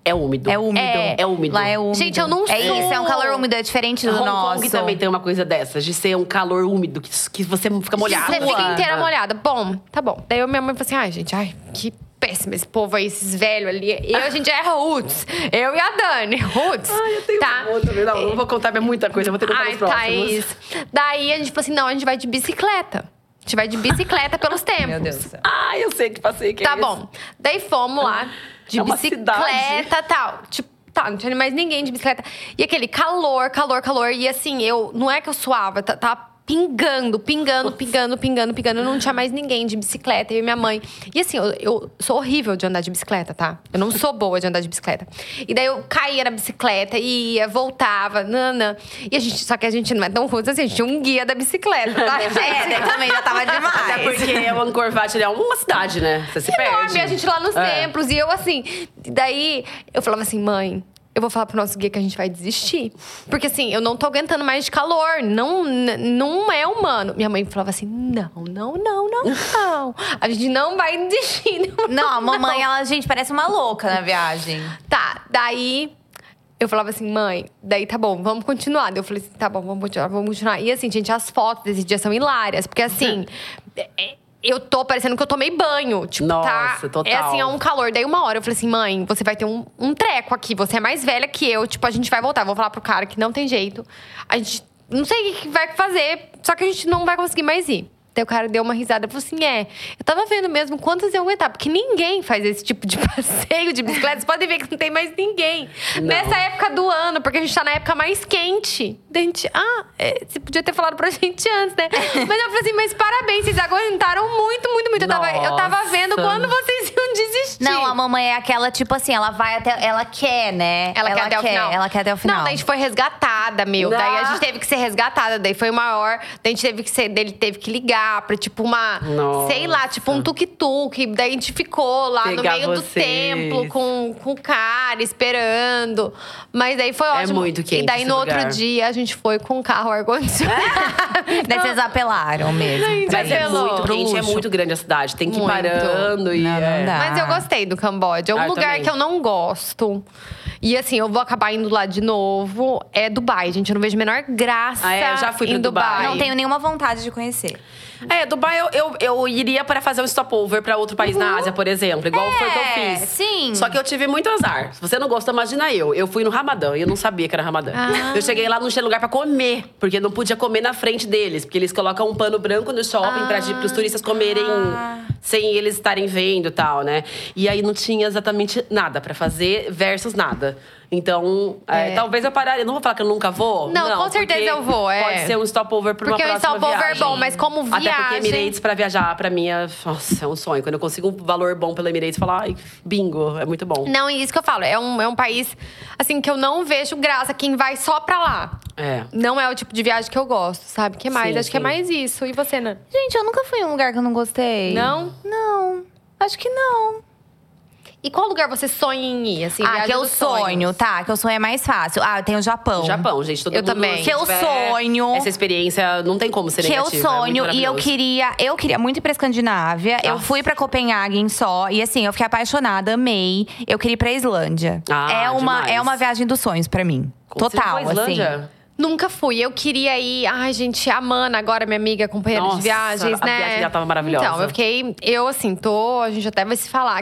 é úmido. É úmido. É. É úmido. Lá é úmido. Gente, eu não É sou- isso, é um calor úmido, é diferente do Hong nosso. Kong também tem uma coisa dessas, de ser um calor úmido, que, que você fica molhado. Você fica inteira Ah. molhada. Bom, tá bom. Daí eu, minha mãe falou assim, ai, gente, ai, que péssimo esse povo aí, esses velhos ali. Eu, a gente é roots. Eu e a Dani, roots. Ai, eu tenho tá? um também. Não, não vou contar muita coisa, vou ter que contar Ai, nos próximos. Thaís. Daí a gente falou assim, não, a gente vai de bicicleta. A gente vai de bicicleta pelos tempos. Meu Deus do céu. Ai, eu sei que passei que Tá é isso. bom. Daí fomos lá, de É uma bicicleta e tal. Tipo, tá, não tinha mais ninguém de bicicleta. E aquele calor, calor, calor. E assim, eu… Não é que eu suava, tá, tá pingando, pingando, pingando, pingando, pingando. Não tinha mais ninguém de bicicleta, eu e minha mãe. E assim, eu, eu sou horrível de andar de bicicleta, tá? Eu não sou boa de andar de bicicleta. E daí eu caía na bicicleta, ia, voltava, nanã. E a gente, só que a gente não é tão ruim assim, a gente tinha um guia da bicicleta, tá? É, daí também já tava Até demais. porque o Angkor Wat é uma cidade, né? Você se Enorme, perde. a gente lá nos É. templos. E eu assim, daí eu falava assim, mãe… Eu vou falar pro nosso guia que a gente vai desistir. Porque assim, eu não tô aguentando mais de calor. Não, n- não é humano. Minha mãe falava assim, não, não, não, não, não. A gente não vai desistir. Não, a mamãe, ela, gente, parece uma louca na viagem. Tá, daí… Eu falava assim, mãe, daí tá bom, vamos continuar. Daí eu falei assim, tá bom, vamos continuar, vamos continuar. E assim, gente, as fotos desse dia são hilárias. Porque assim… é- Eu tô parecendo que eu tomei banho. Tipo, Nossa, tá. total. É assim, é um calor. Daí uma hora eu falei assim, mãe, você vai ter um, um treco aqui. Você é mais velha que eu. Tipo, a gente vai voltar. Eu vou falar pro cara que não tem jeito. A gente não sei o que que vai fazer, só que a gente não vai conseguir mais ir. Daí o cara deu uma risada e falou assim: é, eu tava vendo mesmo quantas eu aguentar, porque ninguém faz esse tipo de passeio de bicicleta. Vocês podem ver que não tem mais ninguém. Não. Nessa época do ano, porque a gente tá na época mais quente. Daí a gente, ah, é, você podia ter falado pra gente antes, né? Mas eu falei assim, mas parabéns, vocês aguentaram muito, muito, muito. Eu tava, eu tava vendo Nossa. quando vocês iam desistir. Não, a mamãe é aquela, tipo assim, ela vai até… Ela quer, né? Ela, quer até o final. Ela quer até o final. Não, daí a gente foi resgatada, meu. Não. Daí a gente teve que ser resgatada. Daí foi o maior. Daí a gente teve que ser… Dele teve que ligar pra, tipo, uma… Nossa. Sei lá, tipo um tuk-tuk. Daí a gente ficou lá no Pegar meio do vocês. templo com, com o cara, esperando. Mas daí foi ótimo. muito quente E daí esse no lugar. outro dia a gente foi com o carro ar-condicionado. Daí vocês apelaram mesmo. Gente, Mas é apelou. muito Pro quente, é luxo. muito grande a cidade. Tem que ir Muito. parando e… Não, não é. dá. Mas eu gostei do Camboja. Um Ah, eu lugar também. que eu não gosto. E assim, eu vou acabar indo lá de novo. É Dubai, gente. Eu não vejo a menor graça Ah, é? Eu já fui em pra Dubai. Não tenho nenhuma vontade de conhecer. É, Dubai eu, eu, eu iria para fazer um stopover pra outro país na Ásia, por exemplo. Igual foi o que eu É, fiz. sim. Só que eu tive muito azar. Se você não gosta, imagina eu. Eu fui no Ramadã e eu não sabia que era Ramadã. Ah. Eu cheguei lá, não tinha lugar pra comer. Porque não podia comer na frente deles. Porque eles colocam um pano branco no shopping pra, Ah. pros turistas comerem sem eles estarem vendo e tal, né? E aí não tinha exatamente nada pra fazer versus nada. Então, é, É. talvez eu pararia. Não vou falar que eu nunca vou. Não, com certeza porque eu vou, é. Pode ser um stopover pra uma Porque o próxima stopover é viagem. bom, mas como Até porque viagem- Emirates pra viajar, pra mim, é, nossa, é um sonho. Quando eu consigo um valor bom pela Emirates, falar, ai, bingo, é muito bom. Não, e isso que eu falo. É um, é um país, assim, que eu não vejo graça. Quem vai só pra lá. É. Não é o tipo de viagem que eu gosto, sabe? Que mais? Sim, Acho que é sim. mais isso. E você, Nan? Gente, eu nunca fui em um lugar que eu não gostei. Não? Não. Acho que não. E qual lugar você sonha em ir? Assim, ah, viagem que eu dos sonho, sonhos? tá. Que eu sonho é mais fácil. Ah, eu tenho o Japão. Japão, gente, todo Eu mundo também. se Que eu tiver sonho. Essa experiência não tem como ser Que eu negativa. é muito sonho e eu maravilhoso. queria, eu queria muito ir pra Escandinávia. Eu Nossa. fui pra Copenhague só e assim, eu fiquei apaixonada, amei. Eu queria ir pra Islândia. Ah, é uma demais. é uma viagem dos sonhos pra mim. Você Total, foi à Islândia? assim. Nunca fui. Eu queria ir… Ai, gente, a Mana agora, minha amiga, companheira Nossa, de viagens, a né? viagem dela tava maravilhosa. Então, eu fiquei… Eu, assim, tô… A gente até vai se falar.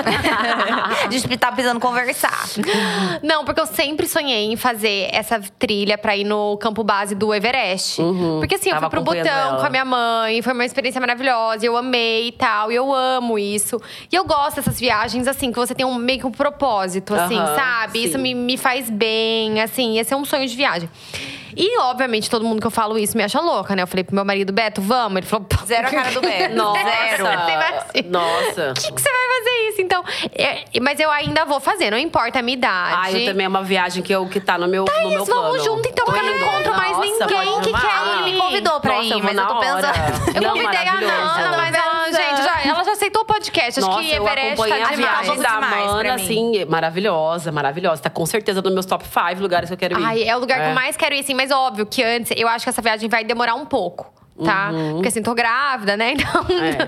A gente tá precisando conversar. Não, porque eu sempre sonhei em fazer essa trilha pra ir no campo base do Everest. Porque assim, eu Tava fui pro acompanhando Butão ela. com a minha mãe, foi uma experiência maravilhosa, eu amei e tal, e eu amo isso. E eu gosto dessas viagens, assim, que você tem um, meio que um propósito, assim, Aham, sabe? sim. Isso me, me faz bem, assim, esse é um sonho de viagem. E, obviamente, todo mundo que eu falo isso me acha louca, né? Eu falei pro meu marido, Beto, vamos? Ele falou… "Pô, Zero a cara do Beto. Nossa, Zero. Você vai assim. nossa. O que, que você vai fazer isso? Então, é- mas eu ainda vou fazer, não importa a minha idade. Ah, eu também é uma viagem que, eu, que tá no meu, no meu Thaís, vamos plano. junto, então, porque eu não encontro mais Nossa, ninguém pode que amar. quer Ele me convidou pra Nossa, ir, eu vou mas eu na tô hora. pensando. Eu Não, convidei a maravilhoso. Nana, mas ela, gente, já, ela já aceitou o podcast. Acho Nossa, que eu Everest acompanhei tá a demais. viagem da demais pra Mana, mim. assim, maravilhosa, maravilhosa. Tá com certeza nos meus top cinco lugares que eu quero ir. Ai, é o lugar que É. eu mais quero ir, assim. Mas óbvio que antes, eu acho que essa viagem vai demorar um pouco. tá? Uhum. Porque assim, tô grávida, né? Então.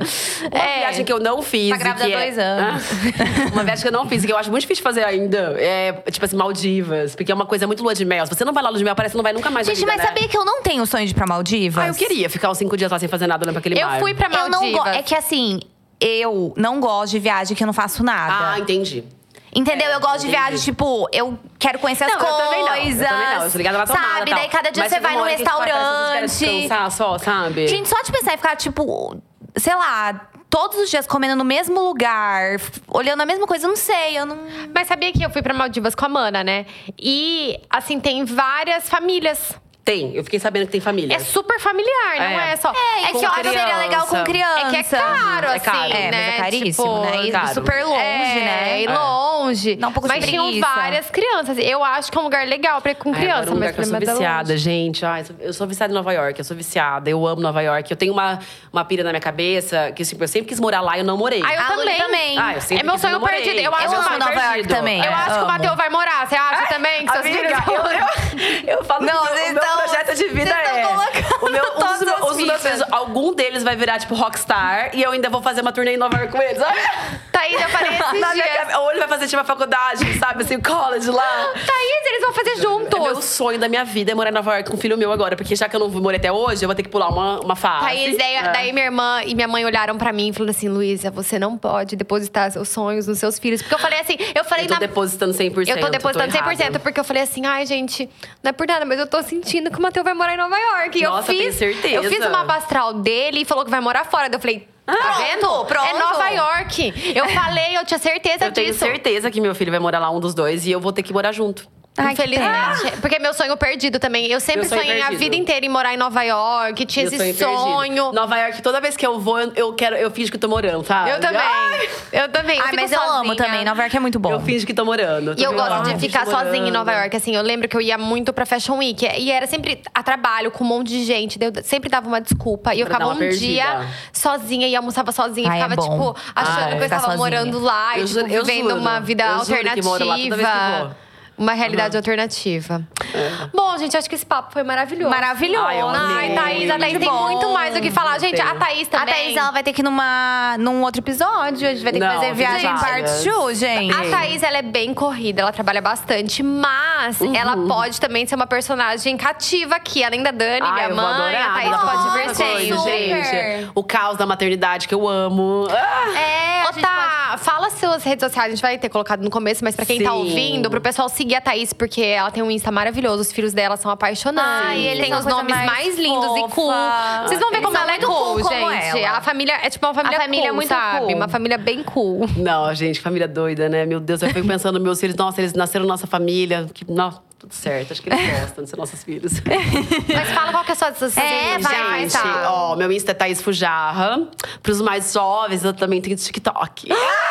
É. Uma viagem que eu não fiz. Tá grávida que há é- dois anos. Uma viagem que eu não fiz, que eu acho muito difícil de fazer ainda. É, tipo assim, Maldivas. Porque é uma coisa muito lua de mel. Se você não vai lá lua de mel, parece que não vai nunca mais na Gente, vida, mas né? sabia que eu não tenho sonho de ir pra Maldivas? Ah, eu queria ficar uns cinco dias lá sem fazer nada, olhando pra aquele Eu mar. fui pra Eu não Maldivas. gosto. É que assim, eu não gosto de viagem que eu não faço nada. Ah, entendi. Entendeu? É, eu gosto de entendi. viagem, tipo, eu quero conhecer as Não, eu coisas. também não, eu também não. Eu sou ligada na tomada, sabe? tal. Daí cada dia Mas você chega vai uma num hora que, tipo, parece que você quer restaurante. descansar só, sabe? Gente, só de pensar em ficar, tipo, sei lá, todos os dias comendo no mesmo lugar, f- olhando a mesma coisa, eu não sei, eu não. Mas sabia que eu fui pra Maldivas com a Mana, né? E, assim, tem várias famílias. Tem, eu fiquei sabendo que tem família. É super familiar, não É. é só. É, com que eu acho que seria criança. legal com criança. É que é caro, É assim, caro. né? É, mas é caríssimo, Tipo, né? E caro. super longe, é, né? E longe. Dá um pouco de Mas tinham preguiça. várias crianças. Eu acho que é um lugar legal pra ir com Ai, criança. agora um lugar mas que eu sou pra mim é viciada, longe. gente. Ai, eu sou viciada em Nova York, eu sou viciada. Eu amo Nova York. Eu tenho uma, uma pira na minha cabeça que tipo, eu sempre quis morar lá e eu não morei. Ah, eu A Luli também. também. Ah, eu sempre É meu quis, sonho não morei. perdido. Eu acho Eu que amo o Nova York perdido. também. Eu acho que o amo. Matheus vai morar. Você acha também que seus Amiga, filhos eu, vão eu, eu falo Não, que o meu, vocês o meu tão- projeto de vida vocês tão é… colocando O meu, um dos, todas meus- as um dos meus fichas. filhos, algum deles vai virar, tipo, rockstar. E eu ainda vou fazer uma turnê em Nova York com eles. Thaís, eu falei esses Na minha dias. cabeça. Ou ele vai fazer, tipo, a faculdade, sabe? Assim, o college lá. Thaís, eles vão fazer juntos. É meu sonho da minha vida é morar em Nova York com um filho meu agora. Porque já que eu não morei até hoje, eu vou ter que pular uma, uma fase. Thaís, daí, É. daí minha irmã e minha mãe olharam pra mim e falaram assim: Luísa, você não pode depositar seus sonhos nos seus filhos. Porque eu falei assim, eu falei Eu tô na. depositando cem por cento. Eu tô depositando cem por cento, errada. porque eu falei assim, ai, gente, não é por nada, mas eu tô sentindo que o Matheus vai morar em Nova York. E Nossa, eu tenho fiz, certeza. Eu fiz uma astral dele e falou que vai morar fora. Daí eu falei, tá Pronto, vendo? pronto. É Nova York. Eu falei, eu tinha certeza Eu tenho disso. certeza que meu filho vai morar lá, um dos dois, e eu vou ter que morar junto. Ai, que Infelizmente. Porque é meu sonho perdido também. Eu sempre Meu sonho sonhei a perdido. vida inteira em morar em Nova York. Tinha Meu esse sonho sonho. perdido. Nova York, toda vez que eu vou, eu, eu quero, eu finjo que tô morando, sabe? Eu também. Ai, Eu também. Eu Ai, fico mas eu amo sozinha. também. Nova York é muito bom. eu finjo que tô morando. E eu tô gosto morando, de finjo ficar que tô sozinha em Nova morando. York. Assim, eu lembro que eu ia muito pra Fashion Week. E era sempre a trabalho, com um monte de gente. Daí eu sempre dava uma desculpa. E eu Pra dar ficava uma um perdida. dia sozinha e almoçava sozinha. Ai, e é ficava, bom. tipo, achando Ah, que eu ficar estava sozinha. morando lá. Eu e, tipo, juro- eu vivendo juro. uma vida Eu juro que alternativa. moro lá toda vez que eu vou. Uma realidade alternativa. Bom, gente, acho que esse papo foi maravilhoso. Maravilhoso. Ai, eu Ai, amei. Thaís, a Thaís Muito tem bom. muito mais do que falar. Gente, a Tenho. Thaís A também. Thaís, ela vai ter que ir numa, num outro episódio. A gente vai ter que Não, fazer tem viagem várias. parte dois, gente. A Thaís, ela é bem corrida, ela trabalha bastante, mas Uhum. ela pode também ser uma personagem cativa aqui, além da Dani, Ai, minha eu vou mãe, adorar. a Thaís Nossa, pode vir super. sempre. gente. O caos da maternidade que eu amo. Ah! É, a Ô, gente tá, fala suas redes sociais, a gente vai ter colocado no começo, mas pra quem tá Sim. ouvindo, pro pessoal seguir a Thaís, porque ela tem um Insta maravilhoso, os filhos dela são apaixonantes, Ai, eles tem são a os coisa nomes mais, mais lindos e cool. fofa. Vocês vão ver Eles como são ela é muito cool, cool como gente. ela. A família é tipo uma família, A família cool, é muito sabe? cool. Uma família bem cool. Não, gente, família doida, né? Meu Deus, eu fico pensando nos meus filhos. Nossa, eles nasceram na nossa família. Que, nossa, tudo certo. Acho que eles gostam de ser nossos filhos. Mas fala qual que é a sua suas É, redes vai, sociais, Gente, tá? ó, meu Insta é Thaís Fujarra. Pros mais jovens, eu também tenho TikTok.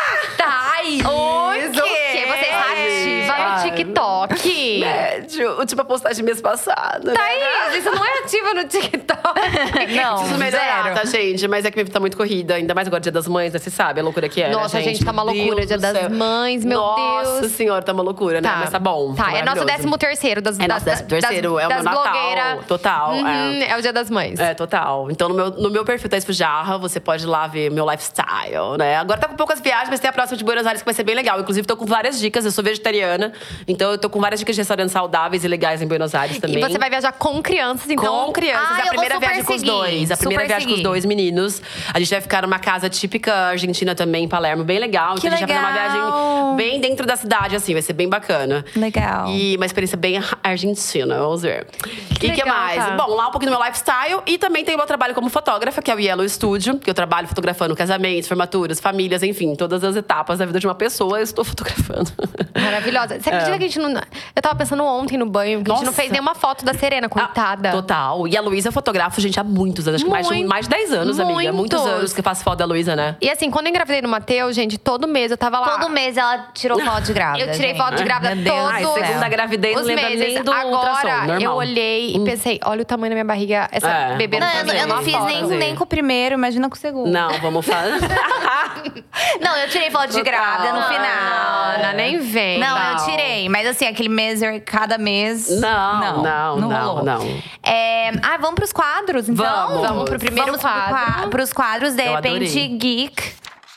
Thaís! O quê? Você está ativa no Ai. TikTok? Médio. Última postagem mês passado. né? Thaís, isso não é ativa no TikTok. Não, Preciso melhorar, zero. tá, gente? Mas é que minha vida tá muito corrida. Ainda mais agora, Dia das Mães, né? Você sabe a loucura que é, Nossa, né, gente? gente, tá uma Meu loucura. Deus Dia do das céu. Mães, meu Nossa Deus. senhora, tá uma loucura, né? Mas tá bom. Tá, é nosso maravilhoso. décimo terceiro das É nosso das- décimo terceiro, das, é o meu das Natal, blogueira. total, Uhum, é. é o Dia das Mães. É, total. Então, no meu, no meu perfil Thaís Fujarra, você pode ir lá ver meu lifestyle, né? Agora tá com poucas viagens, mas tem a próxima de Buenos Aires que vai ser bem legal. Inclusive, tô com várias dicas. Eu sou vegetariana, então eu tô com várias dicas de restaurantes saudáveis e legais em Buenos Aires também. E você vai viajar com crianças, então. Com crianças. Ah, é eu a vou primeira super viagem com os seguir. dois. A primeira Super viagem com os seguir. dois meninos. A gente vai ficar numa casa típica argentina também, em Palermo, bem legal. Que então a gente vai fazer uma legal. viagem bem dentro da cidade, assim, vai ser bem bacana. Legal. E uma experiência bem argentina, vamos ver. E o que legal, mais? tá. Bom, lá um pouquinho do meu lifestyle. E também tem o meu trabalho como fotógrafa, que é o Yellow Studio, que eu trabalho fotografando casamentos, formaturas, famílias, enfim, todas as etapas da vida de uma pessoa, eu estou fotografando. Maravilhosa. Você acredita que a gente não. Eu tava pensando ontem no banho, que a gente não Nossa. fez nenhuma foto da Serena, coitada. Ah, total. E a Luísa eu fotografo, gente, há muitos anos. Acho que mais, de- Muito. mais de dez anos, amiga. Muitos Muitos. anos que eu faço foto da Luísa, né? E assim, quando eu engravidei no Matheus, gente, todo mês eu tava lá. Todo mês ela tirou foto de grávida. Eu tirei gente. foto de grávida Meu Deus todo. do Ai, céu. segunda gravidez, os não lembra meses. nem do ultrassom, Agora, normal. eu olhei e pensei, olha o tamanho da minha barriga. Essa É, bebê Não, não, eu, tá não- eu fazendo não uma fiz foto. nem, fazer. nem com o primeiro, imagina com o segundo. Não, vamos fazer. Não, eu tirei foto de Total. grávida no Não, final. não, nem Nem vem. Não, Não. eu tirei. Mas assim, aquele mês, cada mês… Não, não, não, não, rolou. não. É, ah, vamos pros quadros, então? Vamos. Vamos pro primeiro vamos pro quadro. qua- pros quadros, de Eu repente, adorei. geek.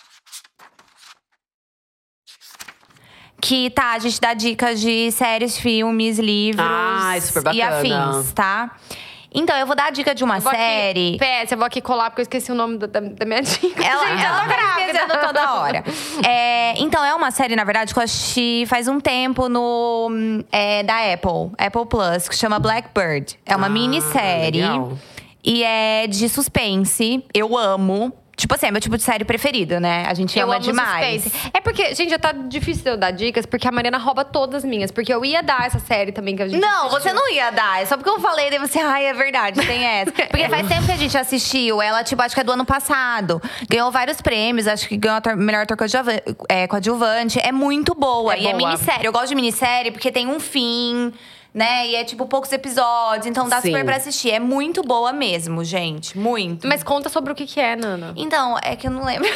Que tá, a gente dá dicas de séries, filmes, livros Ai, super e bacana. afins, tá? Então, eu vou dar a dica de uma Eu vou série. Aqui, P S, eu vou aqui colar porque eu esqueci o nome da, da, da minha dica. Ela, Gente, ela eu tô tá esquecendo toda hora. É, então, é uma série, na verdade, que eu assisti faz um tempo no é, da Apple, Apple Plus, que chama Blackbird. É uma Ah, minissérie. legal. E é de suspense. Eu amo. Tipo assim, é meu tipo de série preferido, né? A gente Eu ama amo demais. suspense. É porque, gente, já tá difícil de eu dar dicas, porque a Mariana rouba todas as minhas. Porque eu ia dar essa série também que a gente Não, assistiu. você não ia dar. É só porque eu falei, daí você… Ai, é verdade, tem essa. Porque faz tempo que a gente assistiu. Ela, tipo, acho que é do ano passado. Ganhou vários prêmios. Acho que ganhou a tor- melhor ator coadjuva- é, coadjuvante. É muito boa. É e é boa. minissérie. Eu gosto de minissérie porque tem um fim… Né? E é, tipo, poucos episódios. Então dá Sim. super pra assistir. É muito boa mesmo, gente. Muito. Mas conta sobre o que que é, Nana. Então, é que eu não lembro.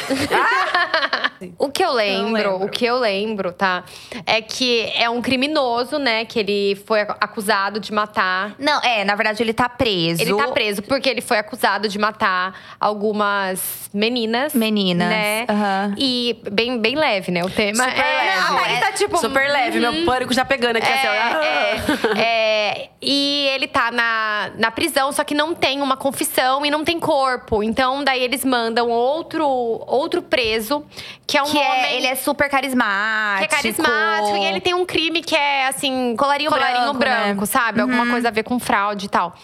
O que eu lembro, lembro. o que eu lembro, tá? É que é um criminoso, né? Que ele foi ac- acusado de matar. Não, é, na verdade, ele tá preso. Ele tá preso porque ele foi acusado de matar algumas meninas. Meninas, Né? aham. E bem, bem leve, né? O tema. Super é, leve. Não, aí tá tipo. Super leve, meu pânico já pegando aqui. assim, ó. É, é, é, e ele tá na, na prisão, só que não tem uma confissão e não tem corpo. Então, daí eles mandam outro, outro preso, que é um Que homem. é, ele é super carismático. Que é carismático e ele tem um crime que é assim. Colarinho branco, branco, né? sabe? Alguma coisa a ver com fraude e tal.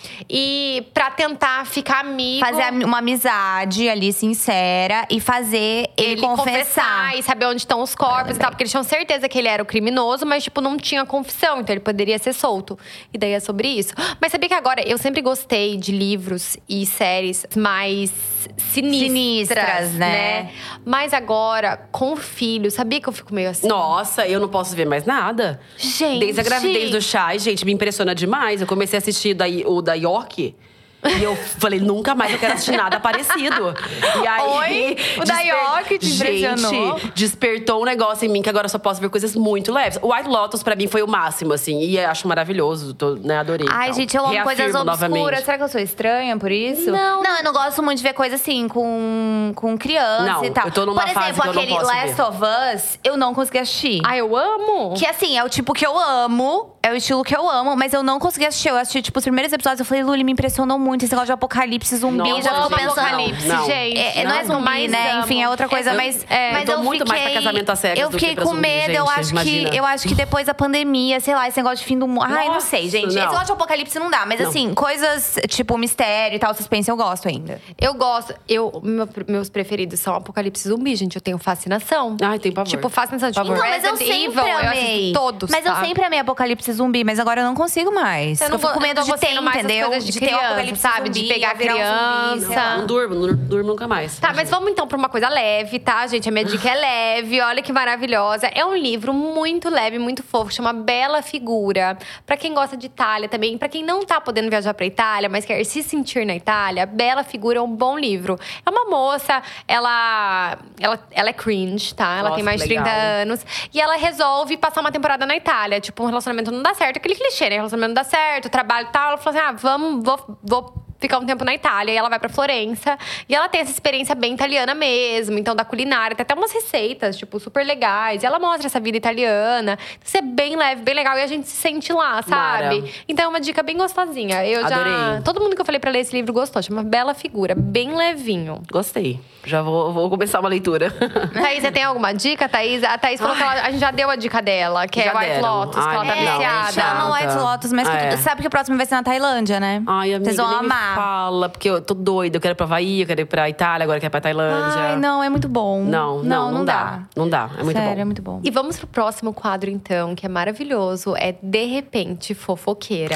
E pra tentar ficar amigo. Fazer ami- uma amizade ali sincera e fazer ele, ele confessar. confessar e saber onde estão os corpos e tal. Porque eles tinham certeza que ele era o criminoso, mas, tipo, não tinha confissão. Então, ele poderia ser solto. E daí é sobre isso. Mas sabia que agora… Eu sempre gostei de livros e séries mais sinistras, Sinistras, né? né? Mas agora, com filho… Sabia que eu fico meio assim? Nossa, eu não posso ver mais nada. Gente… Desde a gravidez do Chai, gente, me impressiona demais. Eu comecei a assistir da, o da York. E eu falei, nunca mais eu quero assistir nada parecido. E aí, Oi? O da York te impressionou? Gente, despertou um negócio em mim que agora eu só posso ver coisas muito leves. O White Lotus, pra mim, foi o máximo, assim. E eu acho maravilhoso, tô, né, adorei. e Ai, tal. gente, eu amo Reafirmo coisas obscuras. novamente. Será que eu sou estranha por isso? Não. Não, eu não gosto muito de ver coisa assim com, com criança Não, e tal. eu tô numa por fase exemplo, que eu não aquele posso Last ver. of Us, eu não consegui assistir. Ah, eu amo! Que assim, é o tipo que eu amo, é o estilo que eu amo, mas eu não consegui assistir. Eu assisti, tipo, os primeiros episódios, eu falei, Luli, me impressionou muito esse negócio de apocalipse zumbi. Nossa, já ficou gente, pensando. apocalipse, não. gente. É, não é Nossa, zumbi, mais né? amo. Enfim, é outra coisa, Eu- mas, é, mas eu eu tô muito mais pra fiquei- casamento às cegas Eu do que fiquei pra com zumbi, medo, eu gente, acho imagina. que eu acho que depois da pandemia, sei lá, esse negócio de fim do mundo. Ai, não Nossa, sei, gente. não. Esse negócio de apocalipse não dá, mas Não. assim, coisas tipo mistério e tal, suspense, eu gosto ainda. Eu gosto. Eu, meu- meus preferidos são Apocalipse Zumbi, gente. Eu tenho fascinação. Ai, tem pavor. Tipo, fascinação. Tipo, Pavor. Não, mas eu Resident sempre Evil, eu amei. assisto todos, mas eu tá? sempre amei Apocalipse Zumbi, mas agora eu não consigo mais. Eu Eu, não fico go- com medo eu tô de ter, gostando mais das entendeu? coisas de ter um criança, apocalipse sabe? De zumbi, pegar virar um zumbi, sei criança. lá. Não durmo, não durmo nunca mais. Tá, mas vamos então pra uma coisa leve, tá, gente? A minha dica é leve, olha que maravilhosa. É um livro muito leve, muito fofo, chama Bela Figura. Pra quem gosta de Itália também, pra quem não tá podendo viajar pra Itália, mas quer se sentir na Itália, Bela Figura é um bom livro. É uma moça, ela, ela, ela é cringe, tá? Ela Nossa, tem mais de que trinta legal. anos. E ela resolve passar uma temporada na Itália. Tipo, um relacionamento não dá certo. Aquele clichê, né? Relacionamento não dá certo, trabalho e tal. Ela falou assim, ah, vamos, vou… vou ficar um tempo na Itália. E ela vai pra Florença. E ela tem essa experiência bem italiana mesmo. Então, da culinária. Tem até umas receitas, tipo, super legais. E ela mostra essa vida italiana. Isso é bem leve, bem legal. E a gente se sente lá, sabe? Mara. Então, é uma dica bem gostosinha. Eu já… Adorei. Todo mundo que eu falei pra ler esse livro gostou. Chama Bela Figura. Bem levinho. Gostei. Já vou, vou começar uma leitura. Thaís, você tem alguma dica, Thaís? A Thaís falou que ela, a gente já deu a dica dela. Que Já é White deram. Lotus. Que Ai, ela tá não, é viciada. Chama chata. White Lotus, mas que É. tu- sabe que o próximo vai ser na Tailândia, né? Ai, amiga, Vocês vão nem me amar. fala. Porque eu tô doida. Eu quero ir pra Havaí, eu quero ir pra Itália, agora eu quero ir pra Tailândia. Ai, não, é muito bom. Não, não, não, dá. Não dá. É muito Sério, bom. é muito bom. E vamos pro próximo quadro, então, que é maravilhoso. É De Repente Fofoqueira.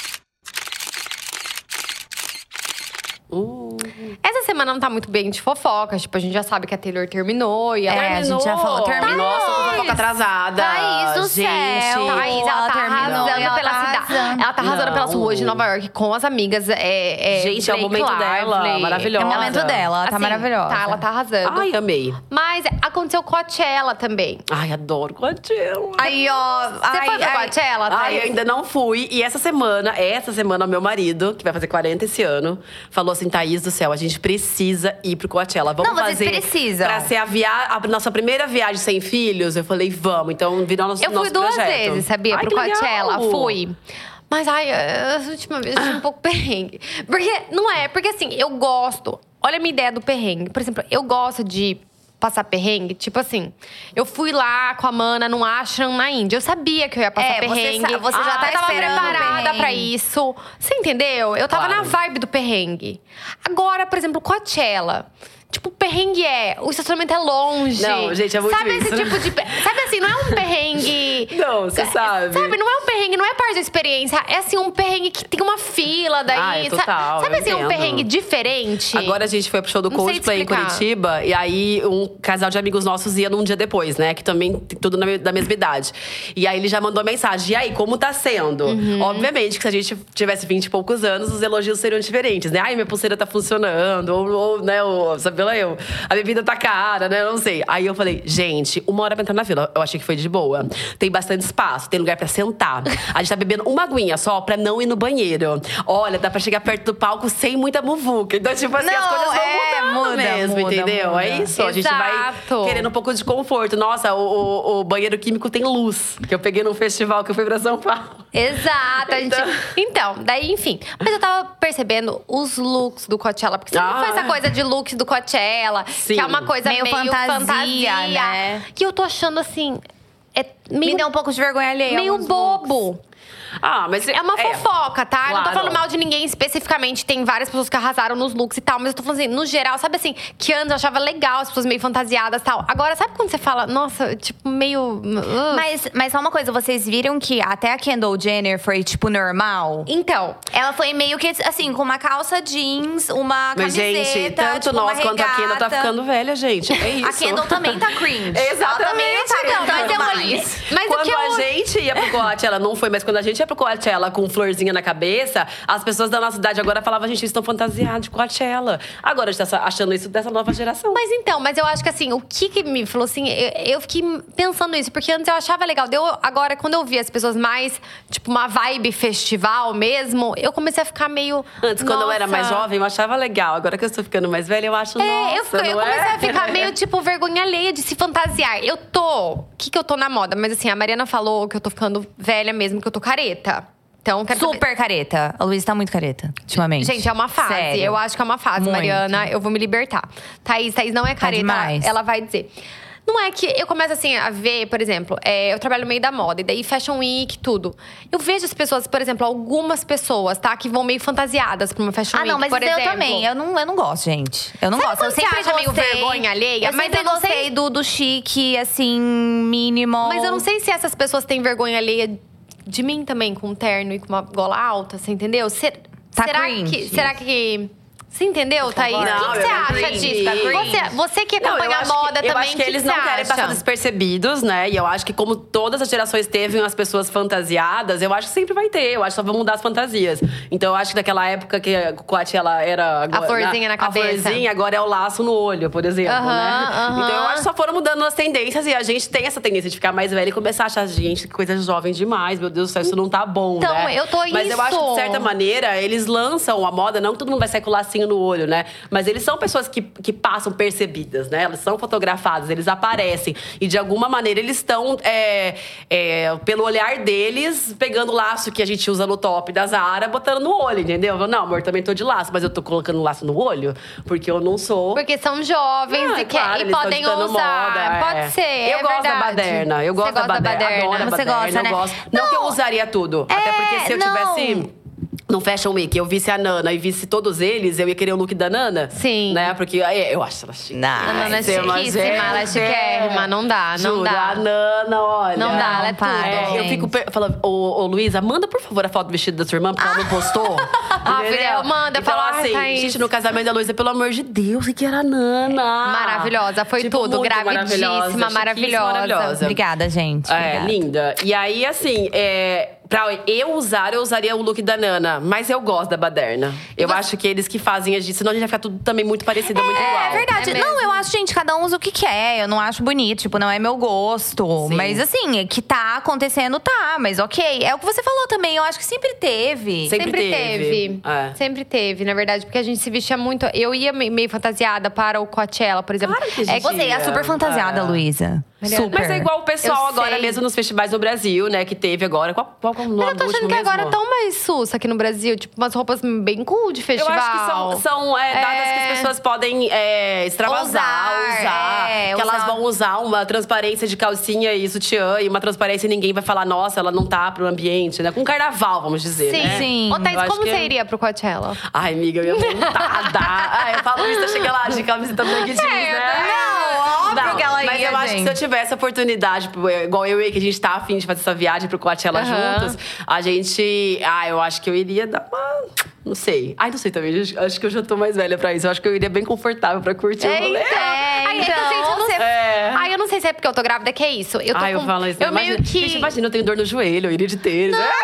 Uh, Essa semana não tá muito bem de fofoca. Tipo, a gente já sabe que a Taylor terminou e ela… É, a gente já falou, terminou. Nossa, fofoca atrasada. Thaís do gente. céu. Thaís, ela tá terminou, arrasando ela pela tá cidade. arrasando. Ela tá arrasando Não. pelas ruas de Nova York com as amigas. É, é Gente, é o Blake momento dela, Lively. maravilhosa. É o momento dela, ela tá Assim, maravilhosa. Tá, ela tá arrasando. Ai, amei. Mas aconteceu Coachella também. Ai, adoro Coachella. Aí, ó. Você ai, foi pra ai, Coachella, Ai, Thaís? eu ainda não fui. E essa semana, essa semana, o meu marido, que vai fazer quarenta esse ano, falou assim: Thaís do céu, a gente precisa ir pro Coachella. Vamos Não, vocês fazer. precisam. Pra ser a, via a nossa primeira viagem sem filhos. Eu falei, vamos. Então, virou nosso Eu fui nosso duas projeto. vezes, sabia? Ai, pro que legal. Coachella. Fui. Mas, ai, a última vez eu tive um pouco perrengue. Porque, não é, porque assim, eu gosto. Olha a minha ideia do perrengue. Por exemplo, eu gosto de passar perrengue. Tipo assim, eu fui lá com a Mana num ashram na Índia. Eu sabia que eu ia passar É, você perrengue. sa- você já tá eu tava esperando o preparada perrengue. pra isso. Você entendeu? Eu tava Claro. na vibe do perrengue. Agora, por exemplo, Coachella. Tipo, o perrengue é… O estacionamento é longe. Não, gente, é muito Sabe isso. esse tipo de… pe- Sabe assim, não é um perrengue… Não, você sabe. Sabe, não é um perrengue, não é parte da experiência. É assim, um perrengue que tem uma fila daí. Ah, é sa- total, Sabe eu assim, um entendo. perrengue diferente? Agora a gente foi pro show do Não sei te Coldplay em explicar. Curitiba. E aí, um casal de amigos nossos ia num dia depois, né? Que também tem tudo na me- da mesma idade. E aí, ele já mandou mensagem. E aí, como tá sendo? Uhum. Obviamente que se a gente tivesse vinte e poucos anos, os elogios seriam diferentes, né? Ai, minha pulseira tá funcionando. Ou, ou né, ou, sabe lá eu… A bebida tá cara, né? Eu não sei. Aí eu falei, gente, uma hora pra entrar na fila. Eu achei que foi de boa. Tem bastante espaço, tem lugar pra sentar. A gente tá bebendo uma aguinha só pra não ir no banheiro. Olha, dá pra chegar perto do palco sem muita muvuca. Então, tipo assim, as Não, coisas vão é, mudando muda, mesmo, muda, entendeu? muda. É isso. A gente vai Exato. querendo um pouco de conforto. Nossa, o, o- o banheiro químico tem luz. Que eu peguei num festival que eu fui pra São Paulo. Exato. A gente… Então- Então, daí, enfim. Mas eu tava percebendo os looks do Coachella. Porque sempre Ah. foi essa coisa de looks do Coachella. Sim. Que é uma coisa meio, Meio fantasia, fantasia. né? Que eu tô achando assim… É meio, Me deu um pouco de vergonha alheia. meio alguns bobo. Ah, mas… É uma fofoca, tá? Eu não tô Claro. falando mal de ninguém especificamente. Tem várias pessoas que arrasaram nos looks e tal. Mas eu tô falando assim, no geral, sabe assim… Que antes eu achava legal as pessoas meio fantasiadas e tal. Agora, sabe quando você fala… Nossa, tipo, meio… uh. Mas, mas só uma coisa, vocês viram que até a Kendall Jenner foi, tipo, normal? Então… Ela foi meio que, assim, com uma calça jeans, uma Mas, camiseta, gente, tanto tipo, nós uma quanto a Kendall tá regata. ficando velha, gente. É isso. A Kendall também tá cringe. Exatamente. Ela também não tá Então, mas aguentando eu mais. olhei- Mas o quando que eu… a gente ia pro Coachella, não foi, mas quando a gente ia pro Coachella com florzinha na cabeça, as pessoas da nossa idade agora falavam, gente, eles estão fantasiados de Coachella. Agora a gente tá achando isso dessa nova geração. Mas então, mas eu acho que assim, o que que me falou assim, eu, eu fiquei pensando isso, porque antes eu achava legal. Deu, agora, quando eu vi as pessoas mais, tipo, uma vibe festival mesmo, eu comecei a ficar meio. Antes, quando eu era nossa. mais jovem, eu achava legal. Agora que eu estou ficando mais velha, eu acho, É, nossa, eu, fiquei- eu não comecei é? a ficar meio, tipo, vergonha alheia de se fantasiar. Eu tô. O que que eu tô na moda? Mas assim, a Mariana falou que eu tô ficando velha mesmo, que eu tô careta. Então, quero saber- Super careta. A Luísa tá muito careta, ultimamente. Gente, é uma fase. Sério. Eu acho que é uma fase, Muito. Mariana. Eu vou me libertar. Thaís, Thaís não é careta. demais. Ela vai dizer. Não é que eu começo assim a ver, por exemplo, é, eu trabalho no meio da moda, e daí Fashion Week, tudo. Eu vejo as pessoas, por exemplo, algumas pessoas, tá? Que vão meio fantasiadas pra uma Fashion Ah, Week, não, mas por isso eu exemplo. também. Eu não, eu não gosto, gente. Eu não Sabe gosto. Eu quando você sempre acha meio gostei, vergonha alheia? Eu Mas sempre eu não gostei sei- do, do chique, assim, mínimo. Mas eu não sei se essas pessoas têm vergonha alheia de mim também, com um terno e com uma gola alta, você entendeu? Ser- Tá será cringe. que. Será que. Você entendeu, Thaís? O que, Não, que eu você não acha cringe. disso? Você, você que Não, eu acompanha a acho que- moda eu também, acho que o eles que não você querem acha? passar despercebidos, né? E eu acho que como todas as gerações teve as pessoas fantasiadas, eu acho que sempre vai ter. Eu acho que só vão mudar as fantasias. Então eu acho que daquela época que a Coachella era… agora- florzinha na cabeça. A florzinha agora é o laço no olho, por exemplo, Aham, né? aham. Então eu acho que só foram mudando as tendências. E a gente tem essa tendência de ficar mais velha e começar a achar, gente, que coisa jovem demais. Meu Deus do céu, isso não tá bom, Então, né? eu tô Mas eu acho que, de isso. certa maneira, eles lançam a moda. Não que todo mundo vai sair com lacinho no olho, né? Mas eles são pessoas que, que passam percebidas, né? Elas são fotografadas, eles aparecem. E, de alguma maneira, eles estão, é, é, pelo olhar deles, pegando o laço que a gente usa no top da Zara, botando no olho, entendeu? Eu, não, amor, também tô de laço. Mas eu tô colocando laço no olho porque eu não sou… Porque são jovens Ah, e, é que- claro, e eles estão podem ditando usar. moda, Pode é. ser, Eu é gosto da verdade. baderna. Eu gosto Você da gosta da baderna. baderna. Adoro a Você baderna, gosta, né? eu gosto. Não, Não. que eu usaria tudo. Até porque se eu não. tivesse… no Fashion Week, eu visse a Nana e visse todos eles, eu ia querer o look da Nana. Sim. Né? Porque é, eu acho ela chique. Não. A Nana é Ser uma chiquíssima, ela é gente, chiquérrima. Não dá, não Juro, dá. a Nana, olha… Não dá, ela é para, tudo. É, eu gente. fico per- falando, ô, ô Luísa, manda por favor a foto do vestido da sua irmã, porque ela não postou. Ah, Entendeu? filha, manda, então, fala, ai, assim, Thaís. gente, no casamento da Luísa, pelo amor de Deus, o que era a Nana? Maravilhosa, foi Tipo, tudo. muito Gravidíssima, maravilhosa, maravilhosa. chiquíssima, maravilhosa. Obrigada, gente. É, Obrigada. linda. E aí, assim, é, pra eu usar, eu usaria o look da Nana. Mas eu gosto da baderna. Eu você... acho que eles que fazem a gente… Senão a gente vai ficar tudo também muito parecido, muito igual. É verdade. É não, eu acho, gente, cada um usa o que quer. Eu não acho bonito, tipo, não é meu gosto. Sim. Mas assim, que tá acontecendo, tá. Mas ok. É o que você falou também, eu acho que sempre teve. Sempre Sempre teve. teve. É. Sempre teve, na verdade. Porque a gente se vestia muito… Eu ia me- meio fantasiada para o Coachella, por exemplo. Claro que a É gente que você é ia. super fantasiada, É. Luísa. Mariana. Super. Mas é igual o pessoal Eu agora sei. mesmo nos festivais no Brasil, né? Que teve agora. Qual, qual, qual é o nome Mas eu tô do achando último que agora mesmo? tão mais sussa aqui no Brasil. Tipo, umas roupas bem cool de Eu festival. acho que são, são é, datas É. que as pessoas podem é, extravasar, Usar, usar. é, que elas usar. vão usar uma transparência de calcinha e sutiã. E uma transparência e ninguém vai falar, nossa, ela não tá pro ambiente, né? Com carnaval, vamos dizer, Sim, né? sim. Ô, Thaís, Eu acho como que- você iria pro Coachella? Ai, amiga, eu ia montada. Ai, eu falo isso, eu chego lá de camiseta Black Jeans, É, eu né? também. Não, óbvio que ela Mas ia, eu acho que gente. se eu tivesse a oportunidade, tipo, igual eu e que a gente tá afim de fazer essa viagem pro Coachella Aham. juntos, a gente… Ah, eu acho que eu iria dar uma… Não sei. Ai, não sei também. Acho- Acho que eu já tô mais velha pra isso. Eu acho que eu iria bem confortável pra curtir o rolê. É, Ai, então, gente, eu não sei. É. Ai, eu não sei se é porque eu tô grávida que é isso. Eu tô Ai, com… eu falo isso. Eu imagina, meio que… Gente, imagina, eu tenho dor no joelho, eu iria de tênis. né?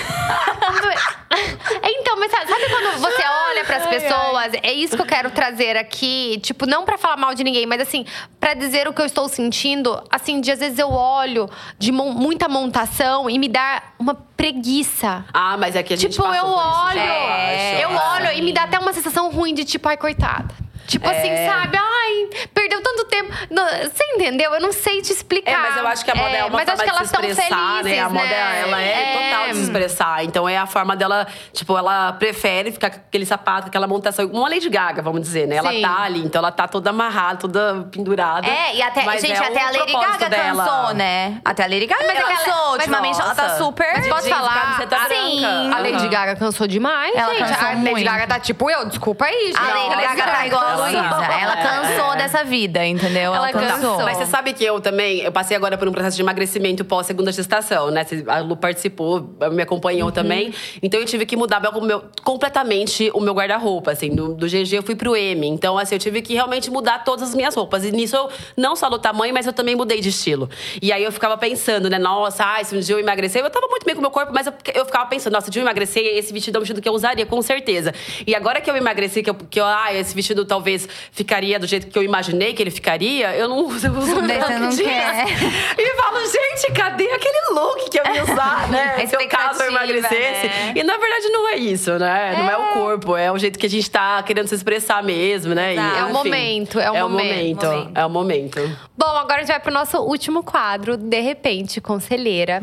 Então, mas sabe, sabe quando você olha pras pessoas? É isso que eu quero trazer aqui. Tipo, não pra falar mal de ninguém, mas assim, pra dizer o que eu estou sentindo. Assim, de às vezes eu olho de mon- muita montação e me dá uma preguiça. Ah, mas é que a gente Tipo, passou eu por isso, olho, já, eu acho. olho e me dá até uma sensação ruim de tipo, ai, coitada. Tipo assim, É. sabe? Ai, perdeu tanto tempo. Não, você entendeu? Eu não sei te explicar. É, mas eu acho que a moda é, uma mas forma acho que de elas se estão expressar, felizes, né? A moda, né? ela é, total de se expressar. Então, é a forma dela… Tipo, ela prefere ficar com aquele sapato, com aquela montação… Uma Lady Gaga, vamos dizer, né? Ela Sim. tá ali, então ela tá toda amarrada, toda pendurada. É, e até, Mas gente, é até o a Lady propósito Gaga dela. cansou, né? Até a Lady Gaga Mas é que ela- cansou. mas Ultimamente ela tá nossa. super… Mas posso Jeans, falar? camiseta Ah, branca. sim. A Lady Aham. Gaga cansou demais, Ela gente. cansou A Lady muito. Gaga tá tipo eu, desculpa aí, gente. A Lady Não, Gaga tá igual a Ela Luísa. cansou. Ela cansou É. dessa vida, entendeu? Ela, Ela cansou. cansou. Mas você sabe que eu também… Eu passei agora por um processo de emagrecimento pós-segunda gestação, né? A Lu participou, me acompanhou também. Então, eu tive que mudar meu, meu- completamente o meu guarda-roupa, assim. Do, do G G eu fui pro M. Então, assim, eu tive que realmente mudar todas as minhas roupas. E nisso, eu não só no tamanho, mas eu também mudei de estilo. E aí, eu ficava pensando, né? Nossa, ai, se um dia eu emagrecer… Eu tava muito bem com o meu corpo, mas eu, eu ficava pensando… Nossa, se um dia eu emagrecer, esse vestido é um vestido que eu usaria, com certeza. E agora que eu emagreci, que eu… Que eu ah, esse vestido talvez ficaria do jeito que eu imaginei que ele ficaria… Eu não uso, eu uso Daí você não jeans. quer. E falo, gente, cadê aquele look que eu ia usar, né? A Se eu caso eu expectativa, emagrecesse. né? E na verdade não é isso, né? Não é o corpo, é o jeito que a gente tá querendo se expressar mesmo, né? E, Exato. É o enfim, momento, é o é o momento. momento. É o momento. Bom, agora a gente vai pro nosso último quadro, De Repente, Conselheira.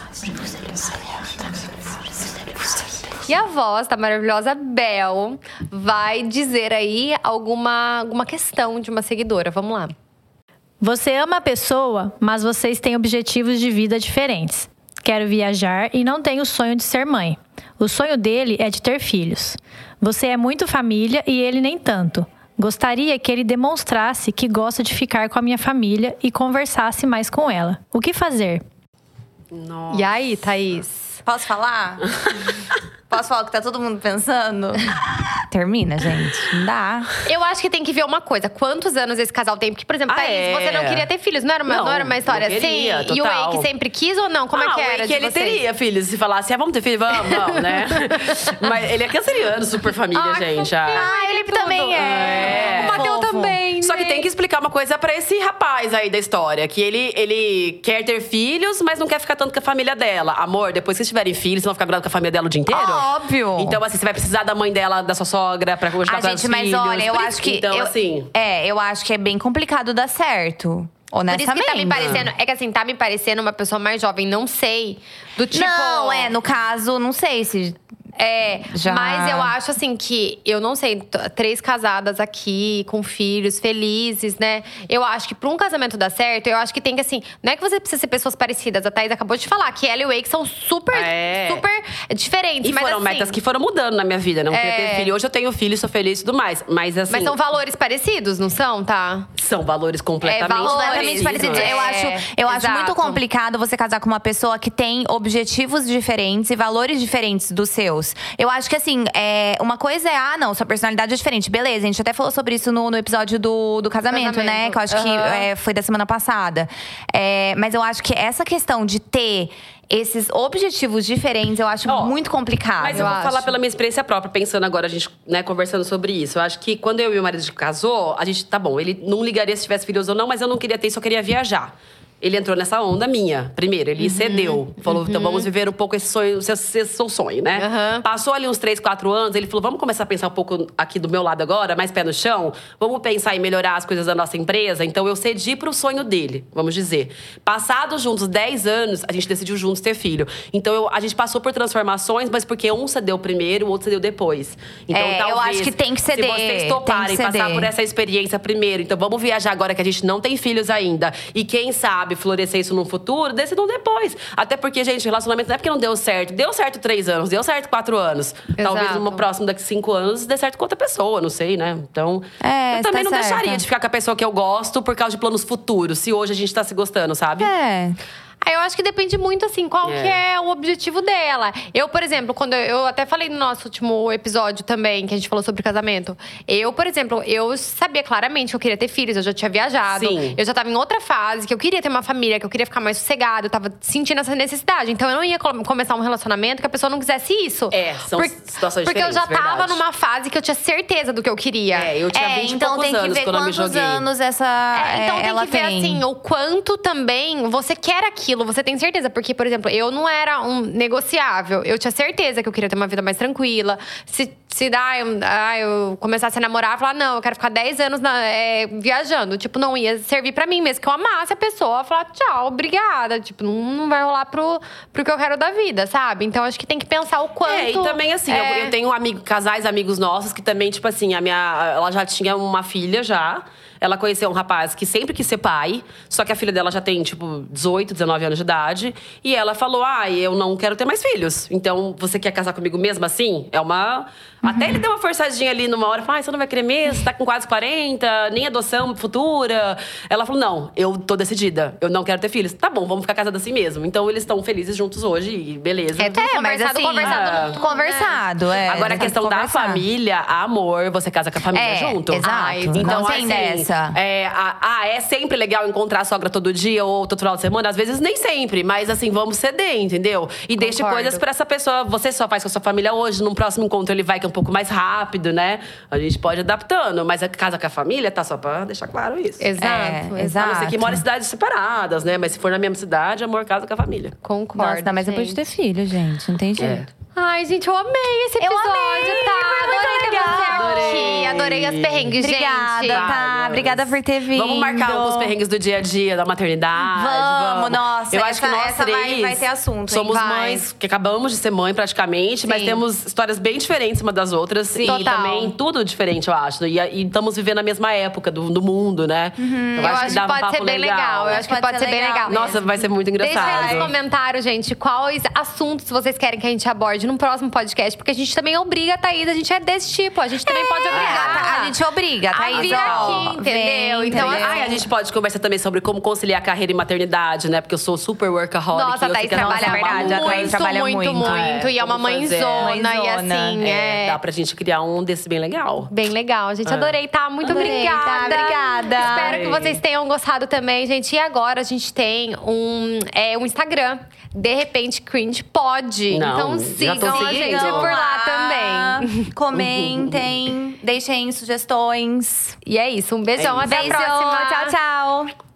E a voz da maravilhosa Bel vai dizer aí alguma, alguma questão de uma seguidora. Vamos lá. Você ama a pessoa, mas vocês têm objetivos de vida diferentes. Quero viajar e não tenho o sonho de ser mãe. O sonho dele é de ter filhos. Você é muito família e ele nem tanto. Gostaria que ele demonstrasse que gosta de ficar com a minha família e conversasse mais com ela. O que fazer? Nossa. E aí, Thaís? Posso falar? Posso falar o que tá todo mundo pensando? Termina, gente. Não dá. Eu acho que tem que ver uma coisa. Quantos anos esse casal tem? Porque, por exemplo, Ah, Thaís, é. você não queria ter filhos. Não era uma, não, Não, era uma história não queria, assim? E o total. Wake sempre quis ou não? Como ah, é que o era Wake, de ele vocês? teria filhos. Se falasse, ah, vamos ter filho? Vamos, vamos, né? Mas ele é canceriano, super família, Ah, gente. fofinho. Ah, Ah, ele também é. É. O Mateu Fofo. também. Só que gente. tem que explicar uma coisa pra esse rapaz aí da história. Que ele, ele quer ter filhos, mas não quer ficar tanto com a família dela. Amor, depois que vocês tiverem filhos, vocês vão ficar grudados com a família dela o dia inteiro? Óbvio. Então, assim, você vai precisar da mãe dela, da sua sogra, pra continuar Ah, com gente, os mas filhos. olha, eu Por acho isso- que… Então, eu- assim… É, eu acho que é bem complicado dar certo. Por isso Honestamente. que tá me parecendo… É que assim, tá me parecendo uma pessoa mais jovem. Não sei. Do tipo… Não, é, no caso, não sei se… É, Já. mas eu acho assim que… Eu não sei, t- três casadas aqui, com filhos, felizes, né? Eu acho que pra um casamento dar certo, eu acho que tem que assim… Não é que você precisa ser pessoas parecidas. A Thaís acabou de falar que ela e o Wake são super, É. super diferentes. E mas foram assim, metas que foram mudando na minha vida. Não queria ter filho. Hoje eu tenho filho, sou feliz e tudo mais. Mas, assim… Mas são valores parecidos, não são, tá? são valores completamente É, valores. Completamente parecidos. parecido. Eu É, acho, eu acho exato. muito complicado você casar com uma pessoa que tem objetivos diferentes e valores diferentes dos seus. Eu acho que, assim, é, uma coisa é… Ah, não, sua personalidade é diferente. Beleza, a gente até falou sobre isso no, no episódio do, do casamento, Casamento. né? Que eu acho que Aham. é, foi da semana passada. É, mas eu acho que essa questão de ter… esses objetivos diferentes, eu acho Ó, muito complicado. Mas eu, eu vou acho. falar pela minha experiência própria, pensando agora, a gente, né, conversando sobre isso. Eu acho que quando eu e meu marido casou, a gente, tá bom, ele não ligaria se tivesse filhos ou não, mas eu não queria ter, só queria viajar. Ele entrou nessa onda minha, primeiro. Ele uhum, cedeu. Falou, uhum. então vamos viver um pouco esse sonho, esse, esse seu sonho, né? Uhum. Passou ali uns três, quatro anos, ele falou, vamos começar a pensar um pouco aqui do meu lado agora, mais pé no chão? Vamos pensar em melhorar as coisas da nossa empresa? Então eu cedi pro sonho dele, vamos dizer. Passados juntos dez anos, a gente decidiu juntos ter filho. Então eu, a gente passou por transformações, mas porque um cedeu primeiro, o outro cedeu depois. Então é, talvez, eu acho que tem que ceder. Se vocês toparem passar por essa experiência primeiro, então vamos viajar agora que a gente não tem filhos ainda. E quem sabe florescer isso no futuro, decidam depois. Até porque, gente, relacionamento não é porque não deu certo. Deu certo três anos, deu certo quatro anos. Exato. Talvez no próximo, daqui cinco anos, dê certo com outra pessoa, não sei, né? Então, é, eu também tá não certa. deixaria de ficar com a pessoa que eu gosto por causa de planos futuros. Se hoje a gente tá se gostando, sabe? É. Aí eu acho que depende muito, assim, qual É. que é o objetivo dela. Eu, por exemplo, quando eu, eu até falei no nosso último episódio também, que a gente falou sobre casamento. Eu, por exemplo, eu sabia claramente que eu queria ter filhos, eu já tinha viajado. Sim. Eu já tava em outra fase, que eu queria ter uma família, que eu queria ficar mais sossegada. Eu tava sentindo essa necessidade. Então eu não ia co- começar um relacionamento que a pessoa não quisesse isso. É, são situações Porque eu diferentes, já tava verdade. numa fase que eu tinha certeza do que eu queria. É, eu tinha É, vinte e então poucos tem que anos ver quando eu me quantos joguei. anos essa É, então é, tem ela que ver, tem. assim, o quanto também você quer aquilo, você tem certeza. Porque, por exemplo, eu não era um negociável. Eu tinha certeza que eu queria ter uma vida mais tranquila. Se, se dá, eu, ah, eu começasse a namorar, falar, não, eu quero ficar dez anos na- é, viajando. Tipo, não ia servir pra mim mesmo. Que eu amasse a pessoa, falar, tchau, obrigada. Tipo, não, não vai rolar pro, pro que eu quero da vida, sabe? Então, acho que tem que pensar o quanto… É, e também assim, é, eu, eu tenho amigo, casais, amigos nossos que também, tipo assim, a minha, ela já tinha uma filha já. Ela conheceu um rapaz que sempre quis ser pai, só que a filha dela já tem, tipo, dezoito, dezenove anos de idade. E ela falou, ah, eu não quero ter mais filhos. Então, você quer casar comigo mesmo assim? É uma… Uhum. Até ele deu uma forçadinha ali numa hora. Falou, ah, você não vai querer mesmo? Você tá com quase quarenta, nem adoção futura. Ela falou, não, eu tô decidida. Eu não quero ter filhos. Tá bom, vamos ficar casados assim mesmo. Então, eles estão felizes juntos hoje e beleza. É tudo É, mas conversado, assim, conversado. ah, conversado, é. Agora, a tem que questão da conversar. família, amor, você casa com a família É, junto. exato. Ai, Não tem dessa. É, a- ah, é sempre legal encontrar a sogra todo dia ou todo final de semana? Às vezes nem sempre, mas assim, vamos ceder, entendeu? E deixe Concordo. coisas pra essa pessoa. Você só faz com a sua família hoje, num próximo encontro ele vai que é um pouco mais rápido, né? A gente pode ir adaptando, mas a casa com a família tá só pra deixar claro isso. Exato, É, exato. exato. A não ser que mora em cidades separadas, né? Mas se for na mesma cidade, amor, casa com a família. Concordo, Nossa, mas depois de gente. ter filho, gente. Não tem jeito. Ai, gente, eu amei esse Eu episódio, amei, tá? foi muito Adorei ter legal. você aqui. Adorei. Adorei as perrengues, Obrigada, gente. tá? Várias. Obrigada por ter vindo. Vamos marcar alguns perrengues do dia a dia, da maternidade. Vamos, nossa, Eu acho que essa- nós essa vai- três vai ter assunto, hein? somos Vai. mães que acabamos de ser mãe praticamente, mas Sim. temos histórias bem diferentes uma das outras. Sim. E Total. também tudo diferente, eu acho. E, e estamos vivendo a mesma época do, do mundo, né? Uhum. Eu acho que dá um pode papo ser bem legal. Eu acho que pode ser bem legal. Nossa, vai ser muito Deixa aí engraçado. nos comentários, gente, quais assuntos vocês querem que a gente aborde no próximo podcast. Porque a gente também obriga a Thaís, a gente é desse tipo. A gente também pode obrigar. tá, a gente obriga, A Thaís, vir ó, aqui, entendeu? vem, Então, entendeu? Ai, a gente pode conversar também sobre como conciliar carreira e maternidade, né? Porque eu sou super workaholic. Nossa, a eu Thaís sei que trabalha nossa, verdade, a Thaís muito, trabalha muito, muito, muito. É, E é uma como fazer. mãezona. E Mãezona. assim, É, é… dá pra gente criar um desse bem legal. Bem legal, gente. É. Adorei, tá? Muito Adorei, obrigada. tá? Obrigada. Espero que Ai. vocês tenham gostado também, gente. E agora a gente tem um, é, um Instagram. De repente, Cringe pode. Não, então já tô sigam a gente seguindo. por lá também. Comentem, deixem sugestões. E é isso. Um beijão. É até Beijo, a próxima. tchau, tchau.